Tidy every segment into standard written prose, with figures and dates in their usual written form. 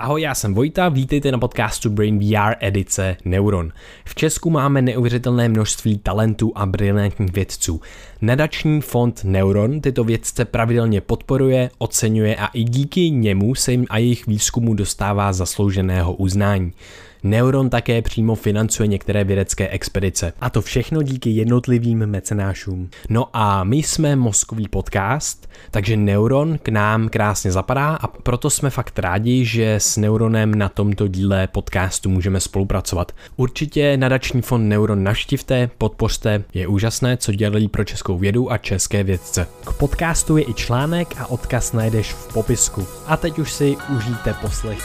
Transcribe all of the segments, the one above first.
Ahoj, já jsem Vojta, vítejte na podcastu Brain VR edice Neuron. V Česku máme neuvěřitelné množství talentů a brilantních vědců. Nadační fond Neuron tyto vědce pravidelně podporuje, oceňuje a i díky němu se jim a jejich výzkumu dostává zaslouženého uznání. Neuron také přímo financuje některé vědecké expedice. A to všechno díky jednotlivým mecenášům. No a my jsme mozkový podcast, takže Neuron k nám krásně zapadá a proto jsme fakt rádi, že s Neuronem na tomto díle podcastu můžeme spolupracovat. Určitě nadační fond Neuron navštivte, podpořte, je úžasné, co dělají pro českou vědu a české vědce. K podcastu je i článek a odkaz najdeš v popisku. A teď už si užijte poslech.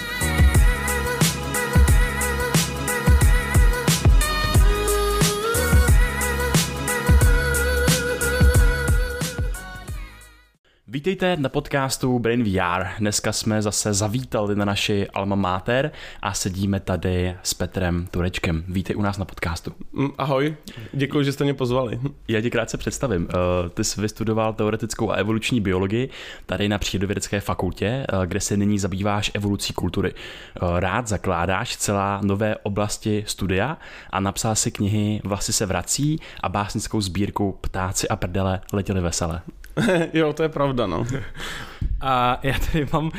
Vítejte na podcastu Brain VR. Dneska jsme zase zavítali na naši alma mater a sedíme tady s Petrem Turečkem. Vítej u nás na podcastu. Ahoj, děkuji, že jste mě pozvali. Já ti krátce představím. Ty jsi vystudoval teoretickou a evoluční biologii tady na Přírodovědecké fakultě, kde se nyní zabýváš evolucí kultury. Rád zakládáš celá nové oblasti studia a napsal si knihy Vlasy se vrací a básnickou sbírku Ptáci a prdele letěli vesele. Jo, to je pravda, no. A já tady mám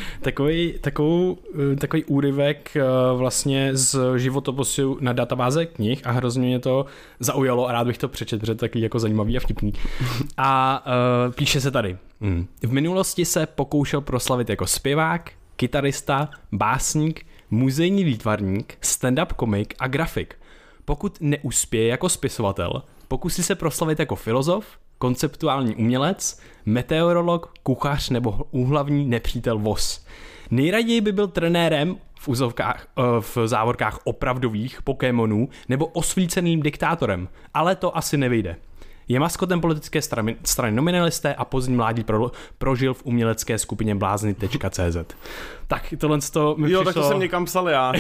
takový úryvek vlastně z životopisu na databáze knih a hrozně mě to zaujalo a rád bych to přečetl, protože to je takový jako zajímavý a vtipný. A píše se tady. V minulosti se pokoušel proslavit jako zpěvák, kytarista, básník, muzejní výtvarník, stand-up komik a grafik. Pokud neuspěje jako spisovatel, pokusí se proslavit jako filozof, konceptuální umělec, meteorolog, kuchař nebo úhlavní nepřítel voz. Nejraději by byl trenérem v závorkách opravdových Pokémonů nebo osvíceným diktátorem, ale to asi nevyjde. Je maskotem politické strany Nominalisté a pozdní mládí prožil v umělecké skupině blázny.cz. Tak tohle to mi přišlo... Jo, tak to jsem někam psal já.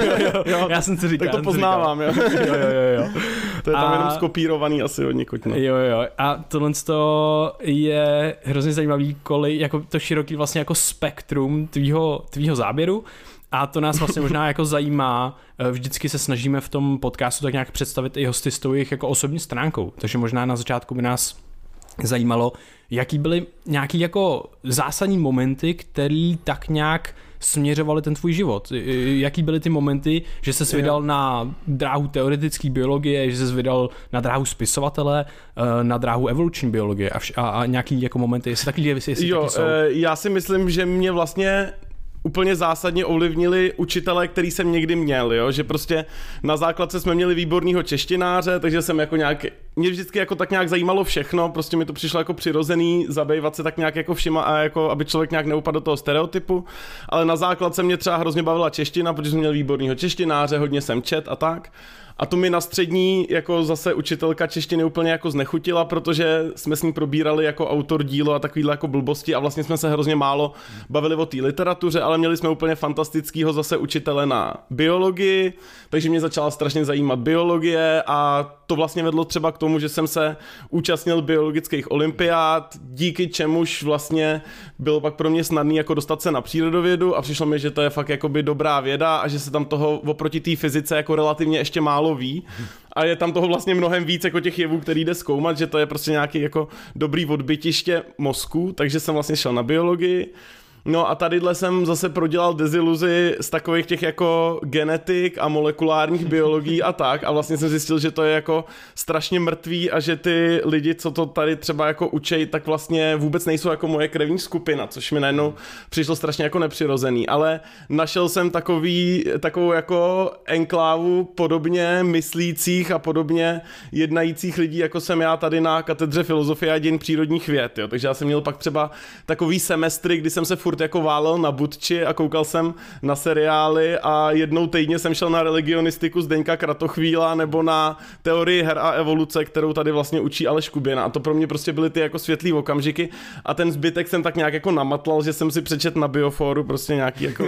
jo, já jsem si říkal. Tak to poznávám, jo. jo. To je tam jenom skopírovaný asi od někud. No. Jo. A tohle to je hrozně zajímavý, jako to široký vlastně jako spektrum tvýho záběru. A to nás vlastně možná jako zajímá, vždycky se snažíme v tom podcastu tak nějak představit i hosty s tou jejich jako osobní stránkou, takže možná na začátku by nás zajímalo, jaký byly nějaký jako zásadní momenty, který tak nějak směřovaly ten tvůj život. Jaký byly ty momenty, že ses vydal na dráhu teoretické biologie, že ses vydal na dráhu spisovatele, na dráhu evoluční biologie a nějaký jako momenty, jestli taky taky jsou. Já si myslím, že mě vlastně úplně zásadně ovlivnili učitelé, který jsem někdy měl, jo? Že prostě na základce jsme měli výbornýho češtináře, takže jsem jako nějak, mě vždycky jako tak nějak zajímalo všechno, prostě mi to přišlo jako přirozený zabývat se tak nějak jako všima a jako aby člověk nějak neupadl do toho stereotypu, ale na základce mě třeba hrozně bavila čeština, protože jsem měl výbornýho češtináře, hodně jsem čet a tak. A to mi na střední jako zase učitelka češtiny úplně jako znechutila, protože jsme s ní probírali jako autor dílo a takovýhle jako blbosti a vlastně jsme se hrozně málo bavili o té literatuře, ale měli jsme úplně fantastickýho zase učitele na biologii, takže mě začala strašně zajímat biologie a to vlastně vedlo třeba k tomu, že jsem se účastnil biologických olympiád, díky čemuž vlastně bylo pak pro mě snadný jako dostat se na přírodovědu a přišlo mi, že to je fakt jakoby dobrá věda a že se tam toho oproti té fyzice jako relativně ještě málo ví a je tam toho vlastně mnohem víc jako těch jevů, který jde zkoumat, že to je prostě nějaký jako dobrý odbytiště mozku, takže jsem vlastně šel na biologii. No a tadyhle jsem zase prodělal deziluzi z takových těch jako genetik a molekulárních biologií a tak a vlastně jsem zjistil, že to je jako strašně mrtvý a že ty lidi, co to tady třeba jako učej, tak vlastně vůbec nejsou jako moje krevní skupina, což mi najednou přišlo strašně jako nepřirozený, ale našel jsem takovou jako enklávu podobně myslících a podobně jednajících lidí, jako jsem já tady na katedře filozofie a dějin přírodních věd, jo. Takže já jsem měl pak třeba takový semestry, kdy jsem se furt jako válel na Budči a koukal jsem na seriály a jednou týdně jsem šel na religionistiku Zdeňka Kratochvíla nebo na teorii her a evoluce, kterou tady vlastně učí Aleš Kubina a to pro mě prostě byly ty jako světlý okamžiky a ten zbytek jsem tak nějak jako namatlal, že jsem si přečet na Biofóru prostě nějaký jako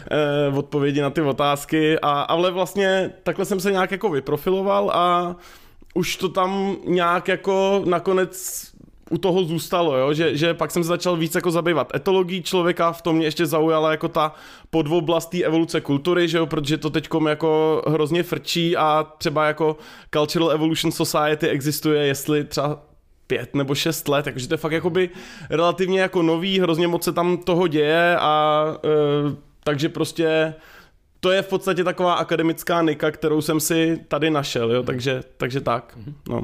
odpovědi na ty otázky ale vlastně takhle jsem se nějak jako vyprofiloval a už to tam nějak jako nakonec u toho zůstalo, jo? Že pak jsem se začal víc jako zabývat etologií člověka, v tom mě ještě zaujala jako ta podvoblast té evoluce kultury, že jo? Protože to teďkom jako hrozně frčí a třeba jako Cultural Evolution Society existuje, jestli třeba 5 nebo 6 let, takže to je fakt jakoby relativně jako nový, hrozně moc se tam toho děje a takže prostě to je v podstatě taková akademická nika, kterou jsem si tady našel, jo, takže tak, no.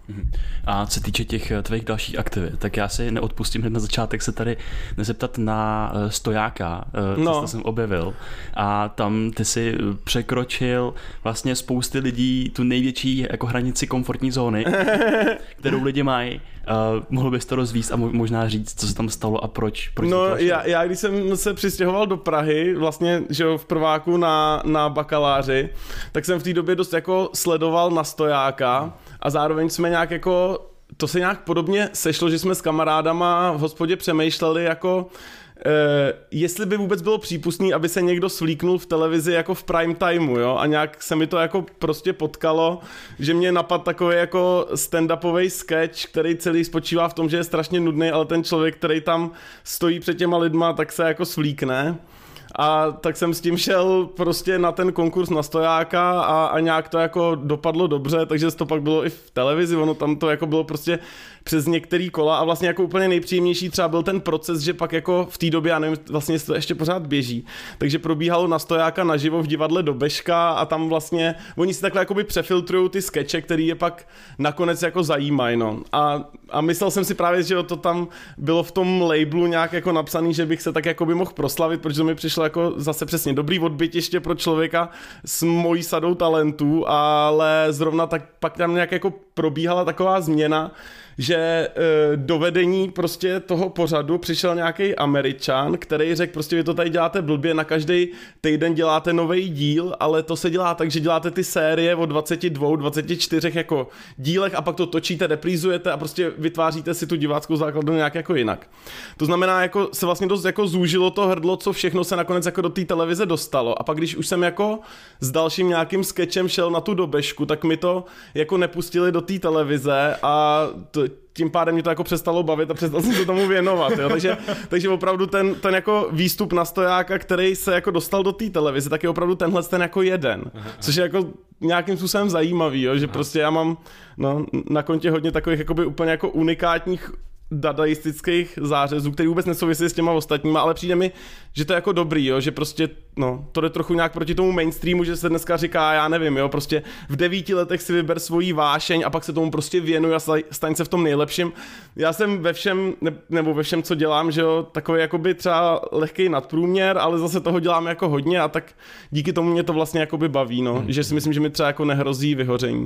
A co se týče těch tvých dalších aktivit, tak já si neodpustím hned na začátek se tady nezeptat na stojáka, co jsem objevil. A tam ty si překročil vlastně spousty lidí tu největší jako hranici komfortní zóny, kterou lidi mají. Mohl bys to rozvíct a možná říct, co se tam stalo a proč no já když jsem se přistěhoval do Prahy, vlastně že v prváku na bakaláři, tak jsem v té době dost jako sledoval na stojáka a zároveň jsme nějak jako, to se nějak podobně sešlo, že jsme s kamarádama v hospodě přemýšleli jako jestli by vůbec bylo přípustný, aby se někdo svlíknul v televizi jako v prime timeu, jo, a nějak se mi to jako prostě potkalo, že mě napadl takový jako stand-upový sketch, který celý spočívá v tom, že je strašně nudný, ale ten člověk, který tam stojí před těma lidma, tak se jako svlíkne. A tak jsem s tím šel prostě na ten konkurs na stojáka a nějak to jako dopadlo dobře, takže to pak bylo i v televizi, ono tam to jako bylo prostě přes některý kola a vlastně jako úplně nejpříjemnější třeba byl ten proces, že pak jako v té době, já nevím, vlastně to ještě pořád běží, takže probíhalo na stojáka naživo v divadle Dobeška a tam vlastně oni si takhle jakoby přefiltrujou ty skeče, který je pak nakonec jako zajímají, no. A myslel jsem si právě, že to tam bylo v tom labelu nějak jako napsaný, že bych se tak jakoby mohl proslavit, protože to mi přišlo jako zase přesně dobrý odbytiště pro člověka s mojí sadou talentů, ale zrovna tak pak tam nějak jako probíhala taková změna, že do vedení prostě toho pořadu přišel nějaký Američan, který řekl prostě vy to tady děláte blbě, na každý týden děláte nový díl, ale to se dělá tak, že děláte ty série o 22, 24 jako dílech a pak to točíte, reprízujete a prostě vytváříte si tu diváckou základnu nějak jako jinak. To znamená, jako se vlastně dost jako zúžilo to hrdlo, co všechno se nakonec jako do té televize dostalo a pak když už jsem jako s dalším nějakým sketchem šel na tu Dobešku, tak mi to jako nepustili do té televize a tím pádem mě to jako přestalo bavit a přestal jsem se tomu věnovat, jo? Takže opravdu ten jako výstup na stojáka, který se jako dostal do té televize, tak je opravdu tenhle ten jako jeden, což je jako nějakým způsobem zajímavý, jo? Že prostě já mám na kontě hodně takových jakoby úplně jako unikátních dadaistických zářezů, který vůbec nesouvisí s těma ostatníma, ale přijde mi, že to je jako dobrý, jo, že prostě, to jde trochu nějak proti tomu mainstreamu, že se dneska říká, já nevím, jo, prostě v 9 letech si vyber svoji vášeň a pak se tomu prostě věnuj a staň se v tom nejlepším. Já jsem ve všem, nebo ve všem, co dělám, že jo, takový jakoby třeba lehký nadprůměr, ale zase toho dělám jako hodně a tak díky tomu mě to vlastně jakoby baví, že si myslím, že mi třeba jako nehrozí vyhoření,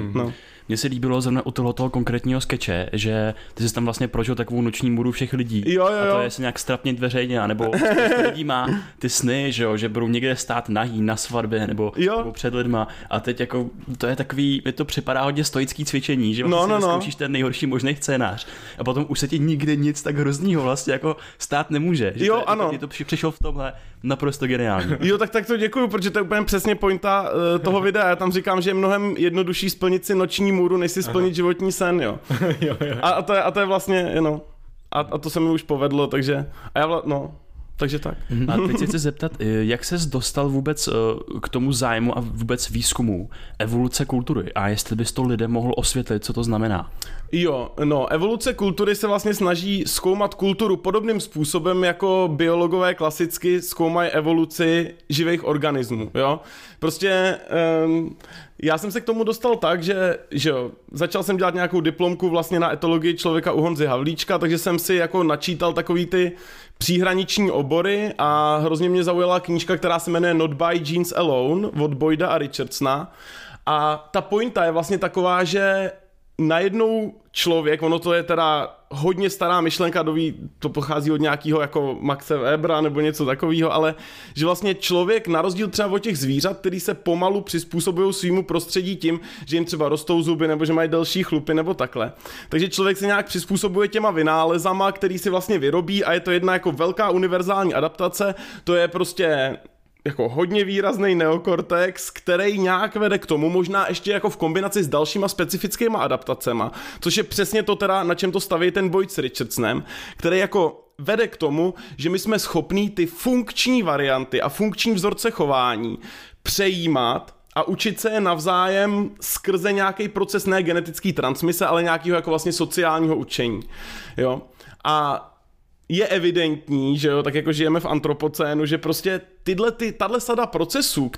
Mně se líbilo zrovna u toho konkrétního skeče, že ty jsi tam vlastně prožil takovou noční můru všech lidí. Jo. A to je se nějak strapnit veřejně, anebo lidí má ty sny, že budou někde stát nahý na svatbě nebo před lidma. A teď jako to je takový, mi to připadá hodně stoický cvičení, že vlastně zkoušíš ten nejhorší možný scénář. A potom už se ti nikdy nic tak hroznýho vlastně jako stát nemůže. Že mě to přišlo v tomhle naprosto geniální. Jo, tak to děkuju, protože to je úplně přesně pointa toho videa. Já tam říkám, že je mnohem jednodušší splnit si noční můru, než si splnit životní sen, jo. A to je vlastně, a to se mi už povedlo, takže takže tak. A teď se chci zeptat, jak ses dostal vůbec k tomu zájmu a vůbec výzkumu evoluce kultury a jestli bys to lidem mohl osvětlit, co to znamená? Evoluce kultury se vlastně snaží zkoumat kulturu podobným způsobem, jako biologové klasicky zkoumají evoluci živých organismů, jo. Prostě já jsem se k tomu dostal tak, že začal jsem dělat nějakou diplomku vlastně na etologii člověka u Honzy Havlíčka, takže jsem si jako načítal takový ty příhraniční obory a hrozně mě zaujala knížka, která se jmenuje Not by Genes Alone od Boyda a Richardsona a ta pointa je vlastně taková, že najednou člověk, ono to je teda hodně stará myšlenka, to pochází od nějakého jako Maxe Webera nebo něco takového, ale že vlastně člověk na rozdíl třeba od těch zvířat, který se pomalu přizpůsobují svýmu prostředí tím, že jim třeba rostou zuby nebo že mají delší chlupy nebo takhle. Takže člověk se nějak přizpůsobuje těma vynálezama, který si vlastně vyrobí a je to jedna jako velká univerzální adaptace, to je prostě jako hodně výrazný neokortex, který nějak vede k tomu, možná ještě jako v kombinaci s dalšíma specifickýma adaptacema, což je přesně to teda, na čem to staví ten Boyd s Richardsonem, který jako vede k tomu, že my jsme schopní ty funkční varianty a funkční vzorce chování přejímat a učit se je navzájem skrze nějaký proces ne genetický transmise, ale nějakého jako vlastně sociálního učení. Jo? A je evidentní, že jo, tak jako žijeme v antropocénu, že prostě tahle sada procesů,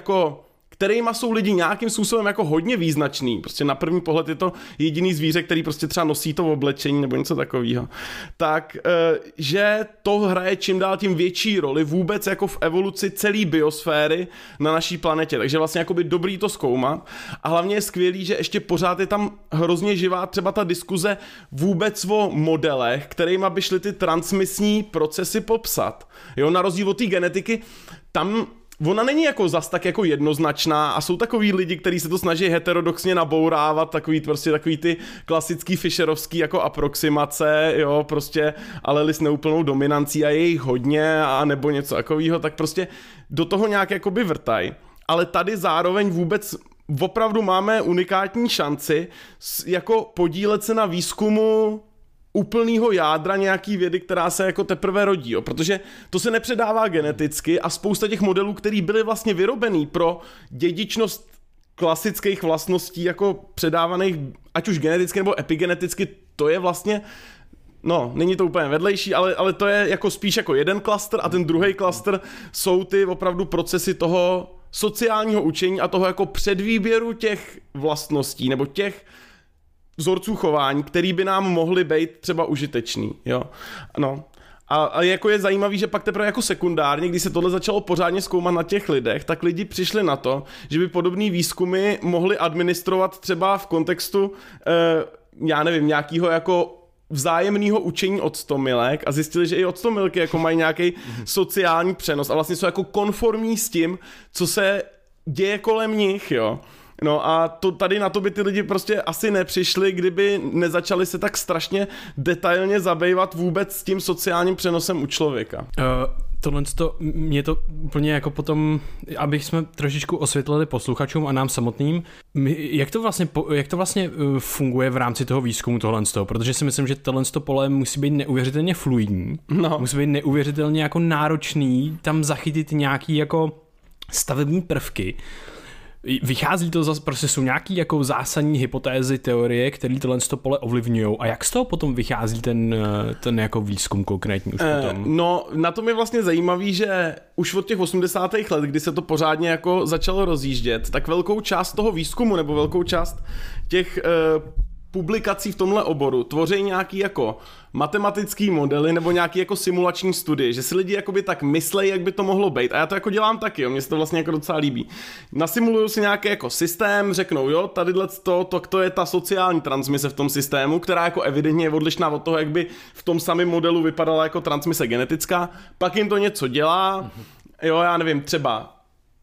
kterýma jsou lidi nějakým způsobem jako hodně význačný, prostě na první pohled je to jediný zvíře, který prostě třeba nosí to oblečení nebo něco takového, tak že to hraje čím dál tím větší roli vůbec jako v evoluci celé biosféry na naší planetě, takže vlastně jakoby dobrý to zkoumat a hlavně je skvělý, že ještě pořád je tam hrozně živá třeba ta diskuze vůbec o modelech, kterýma by šly ty transmisní procesy popsat, jo, na rozdíl od té genetiky, tam ona není jako zas tak jako jednoznačná a jsou takový lidi, kteří se to snaží heterodoxně nabourávat, takový ty klasický fischerovský jako aproximace, jo, prostě alely s neúplnou dominancí a je jich hodně a nebo něco takového, tak prostě do toho nějak jakoby vrtaj. Ale tady zároveň vůbec opravdu máme unikátní šanci jako podílet se na výzkumu úplnýho jádra nějaký vědy, která se jako teprve rodí, jo? Protože to se nepředává geneticky a spousta těch modelů, který byly vlastně vyrobený pro dědičnost klasických vlastností jako předávaných, ať už geneticky nebo epigeneticky, to je vlastně, no, není to úplně vedlejší, ale to je jako spíš jako jeden klaster a ten druhý klaster jsou ty opravdu procesy toho sociálního učení a toho jako předvýběru těch vlastností nebo těch vzorců chování, který by nám mohly být třeba užitečný, jo. No. A jako je zajímavý, že pak teprve jako sekundárně, když se tohle začalo pořádně zkoumat na těch lidech, tak lidi přišli na to, že by podobný výzkumy mohli administrovat třeba v kontextu, já nevím, nějakého jako vzájemného učení octomilek a zjistili, že i octomilky jako mají nějaký sociální přenos a vlastně jsou jako konformní s tím, co se děje kolem nich, jo. No a tady na to by ty lidi prostě asi nepřišli, kdyby nezačali se tak strašně detailně zabývat vůbec s tím sociálním přenosem u člověka. Mě to úplně jako potom, abych jsme trošičku osvětlili posluchačům a nám samotným, jak to vlastně funguje v rámci toho výzkumu tohle z toho, protože si myslím, že tohle pole musí být neuvěřitelně fluidní, musí být neuvěřitelně jako náročný, tam zachytit nějaký jako stavební prvky. Vychází to zase, prostě jsou nějaký jako zásadní hypotézy, teorie, které tohle pole ovlivňují a jak z toho potom vychází ten jako výzkum konkrétní už potom? No, na tom je vlastně zajímavý, že už od těch 80. let, kdy se to pořádně jako začalo rozjíždět, tak velkou část toho výzkumu nebo velkou část těch publikací v tomhle oboru tvoří nějaký jako matematický modely nebo nějaký jako simulační studie, že si lidi jakoby tak myslejí, jak by to mohlo být. A já to jako dělám taky, jo, mně se to vlastně jako docela líbí. Nasimuluju si nějaký jako systém, řeknou, jo, tadyhle to je ta sociální transmise v tom systému, která jako evidentně je odlišná od toho, jak by v tom samém modelu vypadala jako transmise genetická. Pak jim to něco dělá, jo, já nevím, třeba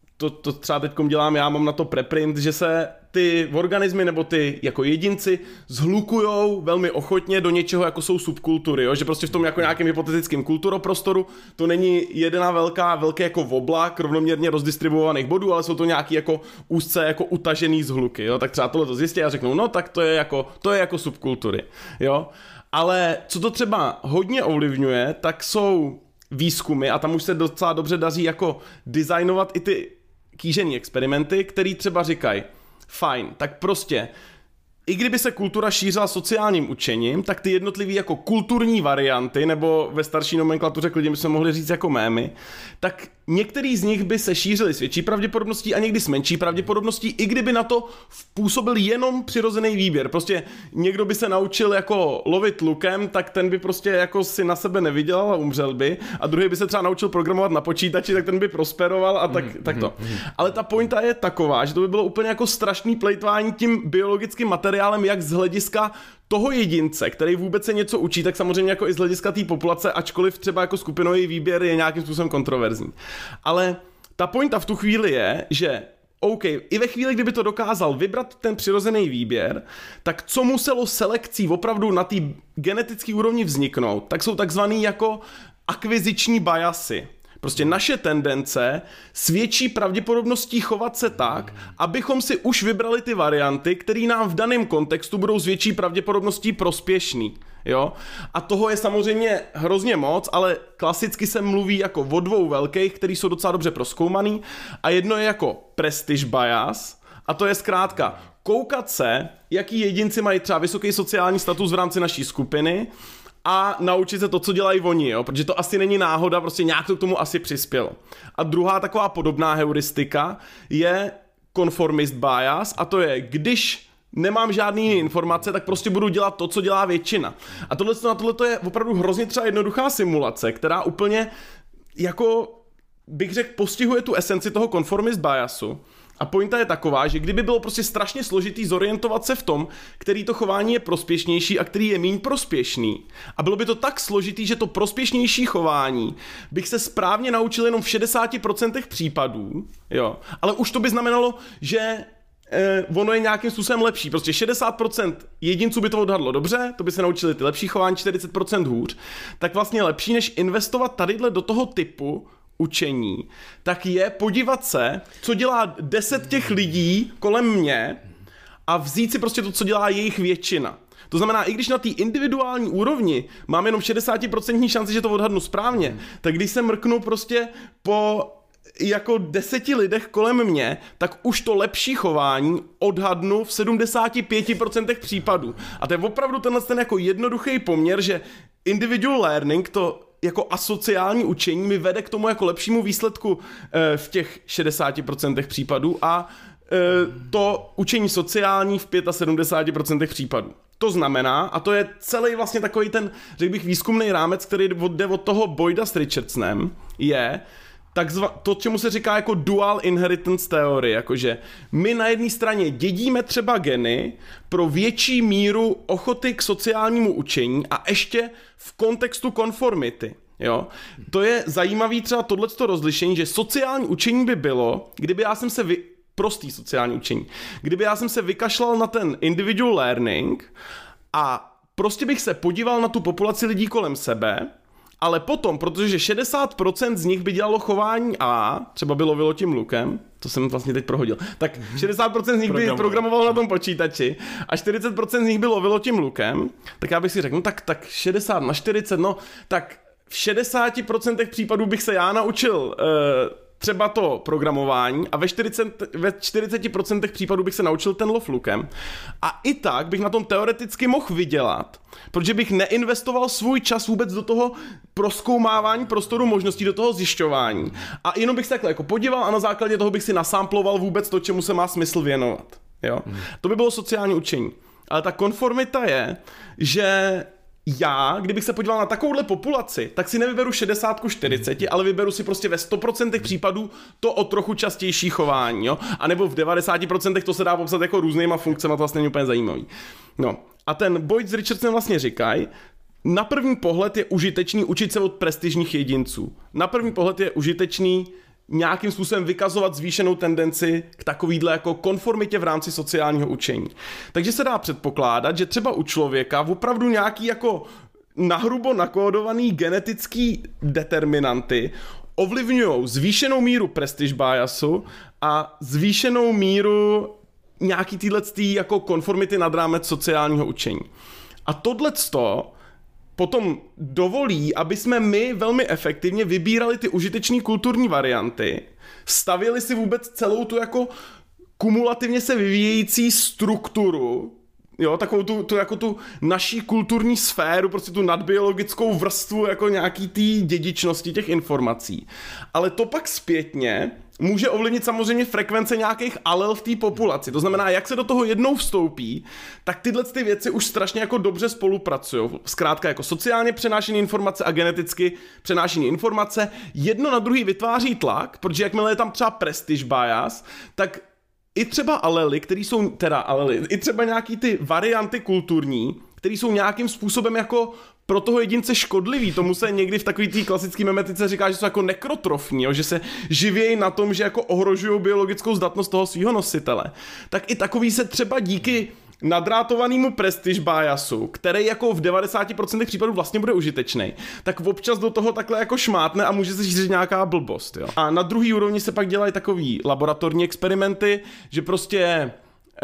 to třeba teďkom dělám, já mám na to preprint, že se ty organismy nebo ty jako jedinci zhlukujou velmi ochotně do něčeho, jako jsou subkultury, jo? Že prostě v tom jako nějakém hypotetickém kulturoprostoru to není jedna velký jako oblak rovnoměrně rozdistribuovaných bodů, ale jsou to nějaký jako úzce jako utažený zhluky, jo? Tak třeba tohle to zjistí a řeknou, no tak to je jako subkultury, jo? Ale co to třeba hodně ovlivňuje, tak jsou výzkumy a tam už se docela dobře daří jako designovat i ty kýžený experimenty, který třeba říkají, fajn, tak prostě, i kdyby se kultura šířila sociálním učením, tak ty jednotlivé jako kulturní varianty, nebo ve starší nomenklatuře klidně bychom mohli říct jako mémy, tak některý z nich by se šířily s větší pravděpodobností a někdy s menší pravděpodobností, i kdyby na to působil jenom přirozený výběr. Prostě někdo by se naučil jako lovit lukem, tak ten by prostě jako si na sebe nevydělal a umřel by, a druhý by se třeba naučil programovat na počítači, tak ten by prosperoval a tak to. Ale ta pointa je taková, že to by bylo úplně jako strašný plejtvání tím biologickým materiálem, jak z hlediska toho jedince, který vůbec se něco učí, tak samozřejmě jako i z hlediska té populace, ačkoliv třeba jako skupinový výběr je nějakým způsobem kontroverzní. Ale ta pointa v tu chvíli je, že OK, i ve chvíli, kdyby to dokázal vybrat ten přirozený výběr, tak co muselo selekcí opravdu na té genetické úrovni vzniknout, tak jsou takzvaný jako akviziční biasy. Prostě naše tendence s větší pravděpodobností chovat se tak, abychom si už vybrali ty varianty, které nám v daném kontextu budou s větší pravděpodobností prospěšný. Jo? A toho je samozřejmě hrozně moc, ale klasicky se mluví jako o dvou velkých, který jsou docela dobře prozkoumaný, a jedno je jako prestige bias, a to je zkrátka koukat se, jaký jedinci mají třeba vysoký sociální status v rámci naší skupiny a naučit se to, co dělají oni, jo? Protože to asi není náhoda, prostě nějak to k tomu asi přispělo. A druhá taková podobná heuristika je conformist bias, a to je, když nemám žádný jiný informace, tak prostě budu dělat to, co dělá většina. A tohle je opravdu hrozně třeba jednoduchá simulace, která úplně jako bych řekl postihuje tu esenci toho conformist biasu. A pointa je taková, že kdyby bylo prostě strašně složitý zorientovat se v tom, který to chování je prospěšnější a který je méně prospěšný, a bylo by to tak složitý, že to prospěšnější chování bych se správně naučil jenom v 60% případů, jo, ale už to by znamenalo, že ono je nějakým způsobem lepší. Prostě 60% jedinců by to odhadlo dobře, to by se naučili ty lepší chování, 40% hůř. Tak vlastně lepší, než investovat tadyhle do toho typu učení, tak je podívat se, co dělá 10 těch lidí kolem mě a vzít si prostě to, co dělá jejich většina. To znamená, i když na té individuální úrovni mám jenom 60% šanci, že to odhadnu správně, tak když se mrknu prostě po jako 10 lidech kolem mě, tak už to lepší chování odhadnu v 75% případů. A to je opravdu ten jako jednoduchý poměr, že individual learning, to jako asociální učení, mi vede k tomu jako lepšímu výsledku v těch 60% případů a to učení sociální v 75% případů. To znamená, a to je celý vlastně takový ten, řekl bych, výzkumný rámec, který jde od toho Boyda s Richardsonem, je to, čemu se říká jako dual inheritance theory, jakože my na jedné straně dědíme třeba geny pro větší míru ochoty k sociálnímu učení a ještě v kontextu konformity. Jo? To je zajímavý třeba tohleto rozlišení, že sociální učení by bylo, kdyby já jsem se prostý sociální učení, kdyby já jsem se vykašlal na ten individual learning a prostě bych se podíval na tu populaci lidí kolem sebe, ale potom, protože 60% z nich by dělalo chování A, třeba by lovilo tím lukem, to jsem vlastně teď prohodil, tak 60% z nich by programovalo na tom počítači a 40% z nich by lovilo tím lukem, tak já bych si řekl, no tak 60/40, no tak v 60% případů bych se já naučil třeba to programování a ve 40% případů bych se naučil ten lov lukem. A i tak bych na tom teoreticky mohl vydělat, protože bych neinvestoval svůj čas vůbec do toho prozkoumávání prostoru možností, do toho zjišťování. A jenom bych se takhle jako podíval a na základě toho bych si nasamploval vůbec to, čemu se má smysl věnovat. Jo? To by bylo sociální učení. Ale ta konformita je, že já, kdybych se podíval na takovouhle populaci, tak si nevyberu 60/40, ale vyberu si prostě ve 100% případů to o trochu častější chování, jo? A nebo v 90% to se dá popsat jako různýma funkcemi, to vlastně není úplně zajímavý. No. A ten Boyd s Richardsonem vlastně říkají, na první pohled je užitečný učit se od prestižních jedinců. Na první pohled je užitečný nějakým způsobem vykazovat zvýšenou tendenci k takovýhle jako konformitě v rámci sociálního učení. Takže se dá předpokládat, že třeba u člověka opravdu nějaký jako nahrubo nakódovaný genetický determinanty ovlivňují zvýšenou míru prestige biasu a zvýšenou míru nějaký týhletý jako konformity nad rámec sociálního učení. A tohleto potom dovolí, aby jsme my velmi efektivně vybírali ty užitečné kulturní varianty, stavěli si vůbec celou tu jako kumulativně se vyvíjející strukturu, jo, takovou tu naší kulturní sféru, prostě tu nadbiologickou vrstvu jako nějaký té dědičnosti těch informací. Ale to pak zpětně může ovlivnit samozřejmě frekvence nějakých alel v té populaci. To znamená, jak se do toho jednou vstoupí, tak tyhle ty věci už strašně jako dobře spolupracují. Zkrátka jako sociálně přenášené informace a geneticky přenášené informace. Jedno na druhý vytváří tlak, protože jakmile je tam třeba prestige bias, tak i třeba alely, které jsou, i třeba nějaký ty varianty kulturní, které jsou nějakým způsobem jako pro toho jedince škodlivý, tomu se někdy v takový té klasické memetice říká, že jsou jako nekrotrofní, jo? Že se živějí na tom, že jako ohrožují biologickou zdatnost toho svého nositele. Tak i takový se třeba díky nadrátovanému prestiž biasu, který jako v 90% případů vlastně bude užitečný, tak občas do toho takhle jako šmátne a může se šířit nějaká blbost, jo. A na druhý úrovni se pak dělají takový laboratorní experimenty, že prostě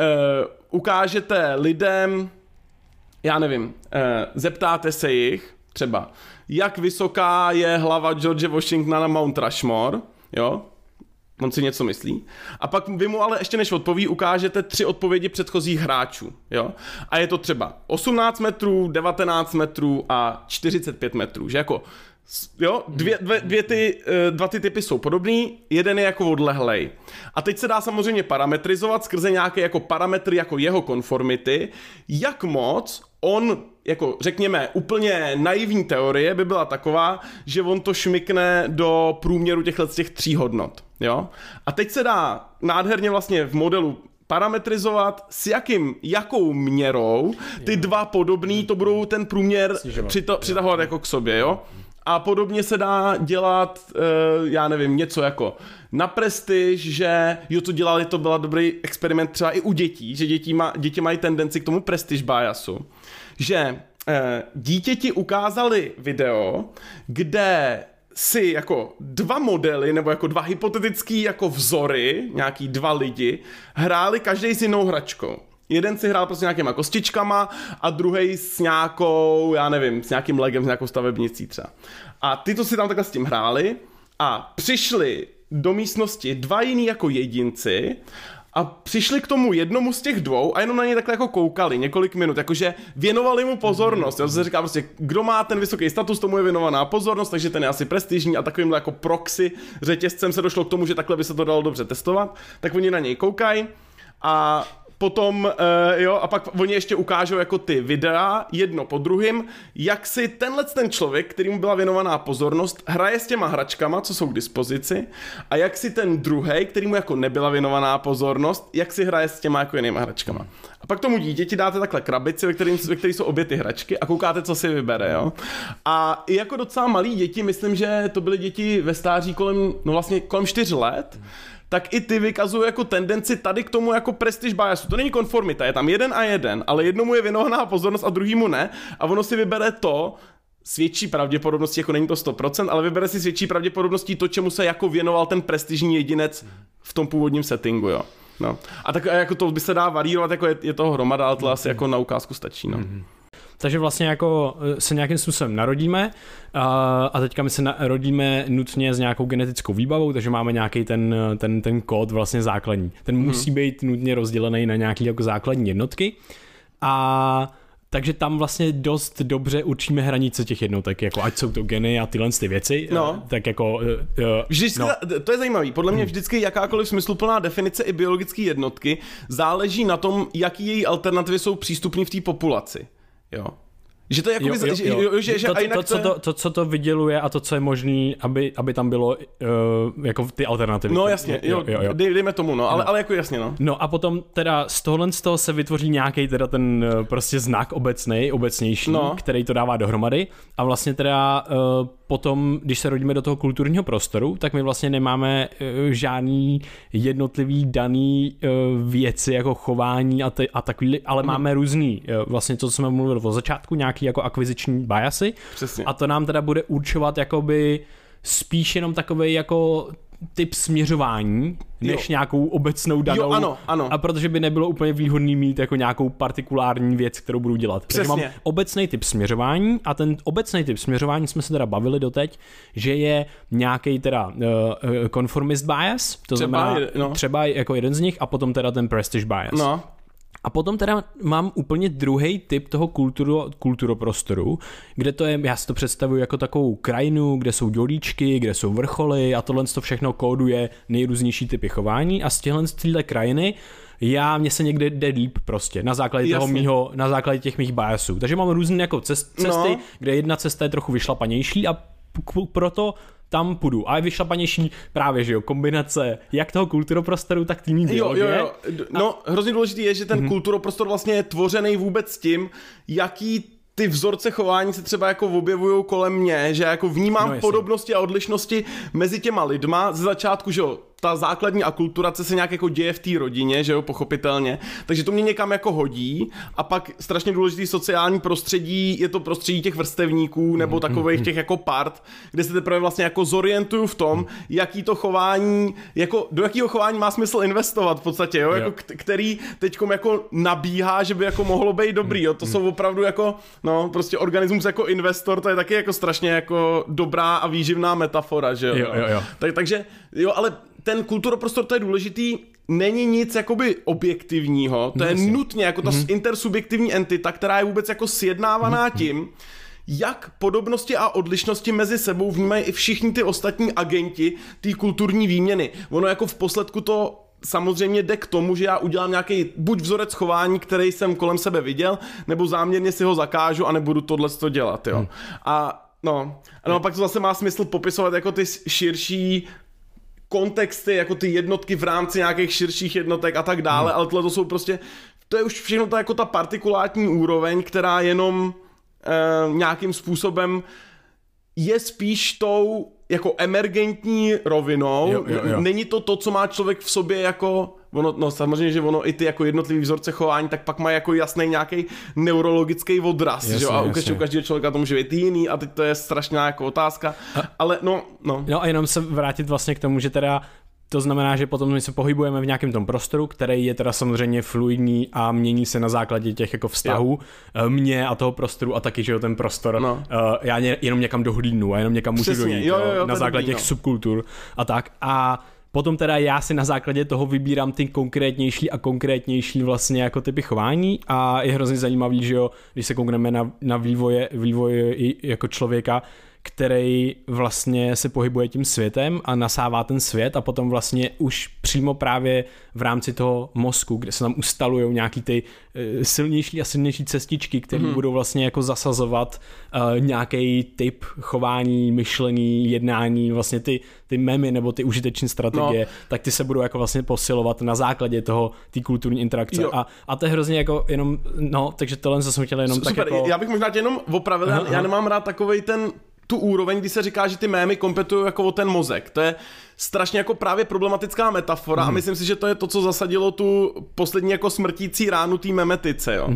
ukážete lidem, já nevím, zeptáte se jich třeba, jak vysoká je hlava George Washingtona na Mount Rushmore, jo, on si něco myslí. A pak vy mu ale ještě než odpoví, ukážete 3 odpovědi předchozích hráčů, jo. A je to třeba 18 metrů, 19 metrů a 45 metrů, že jako, jo, dva ty typy jsou podobný, jeden je jako odlehlej. A teď se dá samozřejmě parametrizovat skrze nějaké jako parametry jako jeho konformity, jak moc on, jako řekněme, úplně naivní teorie by byla taková, že on to šmykne do průměru těch 3 hodnot, jo. A teď se dá nádherně vlastně v modelu parametrizovat, s jakou měrou ty dva podobný to budou ten průměr přitahovat jako k sobě, jo. A podobně se dá dělat, já nevím, něco jako na prestiž, že jo, to byl dobrý experiment třeba i u dětí, že děti mají tendenci k tomu prestiž biasu, že dítěti ukázali video, kde si jako 2 modely, nebo jako 2 hypotetický jako vzory, nějaký 2 lidi, hráli každý s jinou hračkou. Jeden si hrál prostě nějakýma kostičkama a druhej s nějakou, já nevím, s nějakým legem, s nějakou stavebnicí třeba. A tyto si tam takhle s tím hráli a přišli do místnosti 2 jiný jako jedinci a přišli k tomu jednomu z těch 2 a jenom na něj takhle jako koukali několik minut, jakože věnovali mu pozornost. To se říká prostě, kdo má ten vysoký status, tomu je věnovaná pozornost, takže ten je asi prestižní a takovýmhle jako proxy řetězcem se došlo k tomu, že takhle by se to dalo dobře testovat, tak oni na něj koukají a potom, a pak oni ještě ukážou jako ty videa, jedno po druhém, jak si ten člověk, kterému byla věnovaná pozornost, hraje s těma hračkama, co jsou k dispozici, a jak si ten druhej, kterému jako nebyla věnovaná pozornost, jak si hraje s těma jako jinýma hračkama. A pak tomu dítěti dáte takhle krabici, ve které jsou obě ty hračky a koukáte, co si vybere, jo. A i jako docela malí děti, myslím, že to byly děti ve stáří kolem 4 let, tak i ty vykazují jako tendenci tady k tomu jako prestiž biasu. To není konformita, je tam jeden a jeden, ale jednomu je věnovaná pozornost a druhýmu ne a ono si vybere to s větší pravděpodobností, jako není to 100%, ale vybere si s větší pravděpodobností to, čemu se jako věnoval ten prestižní jedinec v tom původním settingu, jo. No. A tak jako to by se dá varírovat, jako je toho hromada, ale to asi jako na ukázku stačí, no. Takže vlastně jako se nějakým způsobem narodíme a teďka my se narodíme nutně s nějakou genetickou výbavou, takže máme nějaký ten kód vlastně základní. Ten musí být nutně rozdělený na nějaký jako základní jednotky a takže tam vlastně dost dobře určíme hranice těch jednotek, jako ať jsou to geny a tyhle ty věci, tak jako... Vždycky, to je zajímavý, podle mě vždycky jakákoliv smysluplná definice i biologické jednotky záleží na tom, jaký její alternativy jsou přístupné v té populaci. Jo. Že to je jako co to vyděluje a to, co je možný, aby tam bylo jako ty alternativy. No jasně, jo. Dejme tomu, no, ale jako jasně, no. No a potom teda z toho se vytvoří nějaký teda ten prostě znak obecnější, který to dává dohromady a vlastně teda potom, když se rodíme do toho kulturního prostoru, tak my vlastně nemáme žádný jednotlivý daný věci jako chování a takový, ale máme různý, vlastně to, co jsme mluvili od začátku, nějaký jako akviziční biasy. Přesně. A to nám teda bude určovat jakoby spíš jenom takovej jako typ směřování, než nějakou obecnou danou. Jo, ano. A protože by nebylo úplně výhodný mít jako nějakou partikulární věc, kterou budu dělat. Přesně. Takže mám obecný typ směřování a ten obecný typ směřování jsme se teda bavili doteď, že je nějaký teda conformist bias, to znamená třeba jako jeden z nich a potom teda ten prestige bias. No. A potom teda mám úplně druhý typ toho kulturoprostoru, kde to je, já si to představuji jako takovou krajinu, kde jsou dolíčky, kde jsou vrcholy a tohle to všechno kóduje nejrůznější typy chování a z téhle krajiny mně se někde jde líp prostě, na základě na základě těch mých biasů. Takže mám různé jako cesty, kde jedna cesta je trochu vyšlapanější a proto tam půjdu. A je vyšlapanější právě, že jo, kombinace jak toho kulturoprostoru, tak týmní biologie. Jo. No, hrozně důležitý je, že ten kulturoprostor vlastně je tvořený vůbec tím, jaký ty vzorce chování se třeba jako objevují kolem mě, že jako vnímám podobnosti a odlišnosti mezi těma lidma. Ze začátku, že jo, ta základní akulturace se nějak jako děje v té rodině, že jo, pochopitelně, takže to mě někam jako hodí a pak strašně důležitý sociální prostředí je to prostředí těch vrstevníků nebo takových těch jako part, kde se teprve vlastně jako zorientuju v tom, jaký to chování, jako do jakého chování má smysl investovat v podstatě, jo, jako který teďkom jako nabíhá, že by jako mohlo být dobrý, jo, to jsou opravdu jako, no, prostě organismus jako investor, to je taky jako strašně jako dobrá a výživná metafora, že jo. Takže, jo, ale ten kulturoprostor, to je důležitý, není nic jakoby objektivního, to je nutně jako ta intersubjektivní entita, která je vůbec jako sjednávaná tím, jak podobnosti a odlišnosti mezi sebou vnímají i všichni ty ostatní agenti té kulturní výměny. Ono jako v posledku to samozřejmě jde k tomu, že já udělám nějaký buď vzorec chování, který jsem kolem sebe viděl, nebo záměrně si ho zakážu a nebudu tohleto dělat, jo. A pak to zase má smysl popisovat jako ty širší kontexty, jako ty jednotky v rámci nějakých širších jednotek a tak dále, ale tohle to jsou prostě, to je už všechno ta, jako ta partikulátní úroveň, která jenom nějakým způsobem je spíš tou jako emergentní rovinou. Jo. Není to, co má člověk v sobě jako, no samozřejmě, že ono i ty jako jednotlivý vzorce chování, tak pak má jako jasný nějaký neurologický odraz, jasně, že? A u každého člověka to může být jiný a teď to je strašná jako otázka, ale no. No a jenom se vrátit vlastně k tomu, že teda to znamená, že potom my se pohybujeme v nějakém tom prostoru, který je teda samozřejmě fluidní a mění se na základě těch jako vztahů mě a toho prostoru a taky, že jo, ten prostor, já jenom někam dohlídnu a jenom někam můžu dojít, na základě těch subkultur a tak. A potom teda já si na základě toho vybírám ty konkrétnější vlastně jako typy chování a je hrozně zajímavý, že jo, když se koukneme na vývoj jako člověka, který vlastně se pohybuje tím světem a nasává ten svět a potom vlastně už přímo právě v rámci toho mozku, kde se tam ustalují nějaký ty silnější a silnější cestičky, které budou vlastně jako zasazovat nějaký typ chování, myšlení, jednání, vlastně ty memy nebo ty užitečné strategie, tak ty se budou jako vlastně posilovat na základě toho, té kulturní interakce. A to je hrozně jako jenom, takže tohle jsem chtěl jenom super, tak jako... Já bych možná tě jenom opravil, já nemám rád takovej tu úroveň, kdy se říká, že ty mémy kompetují jako o ten mozek. To je strašně jako právě problematická metafora a myslím si, že to je to, co zasadilo tu poslední jako smrtící ránu té memetice, jo.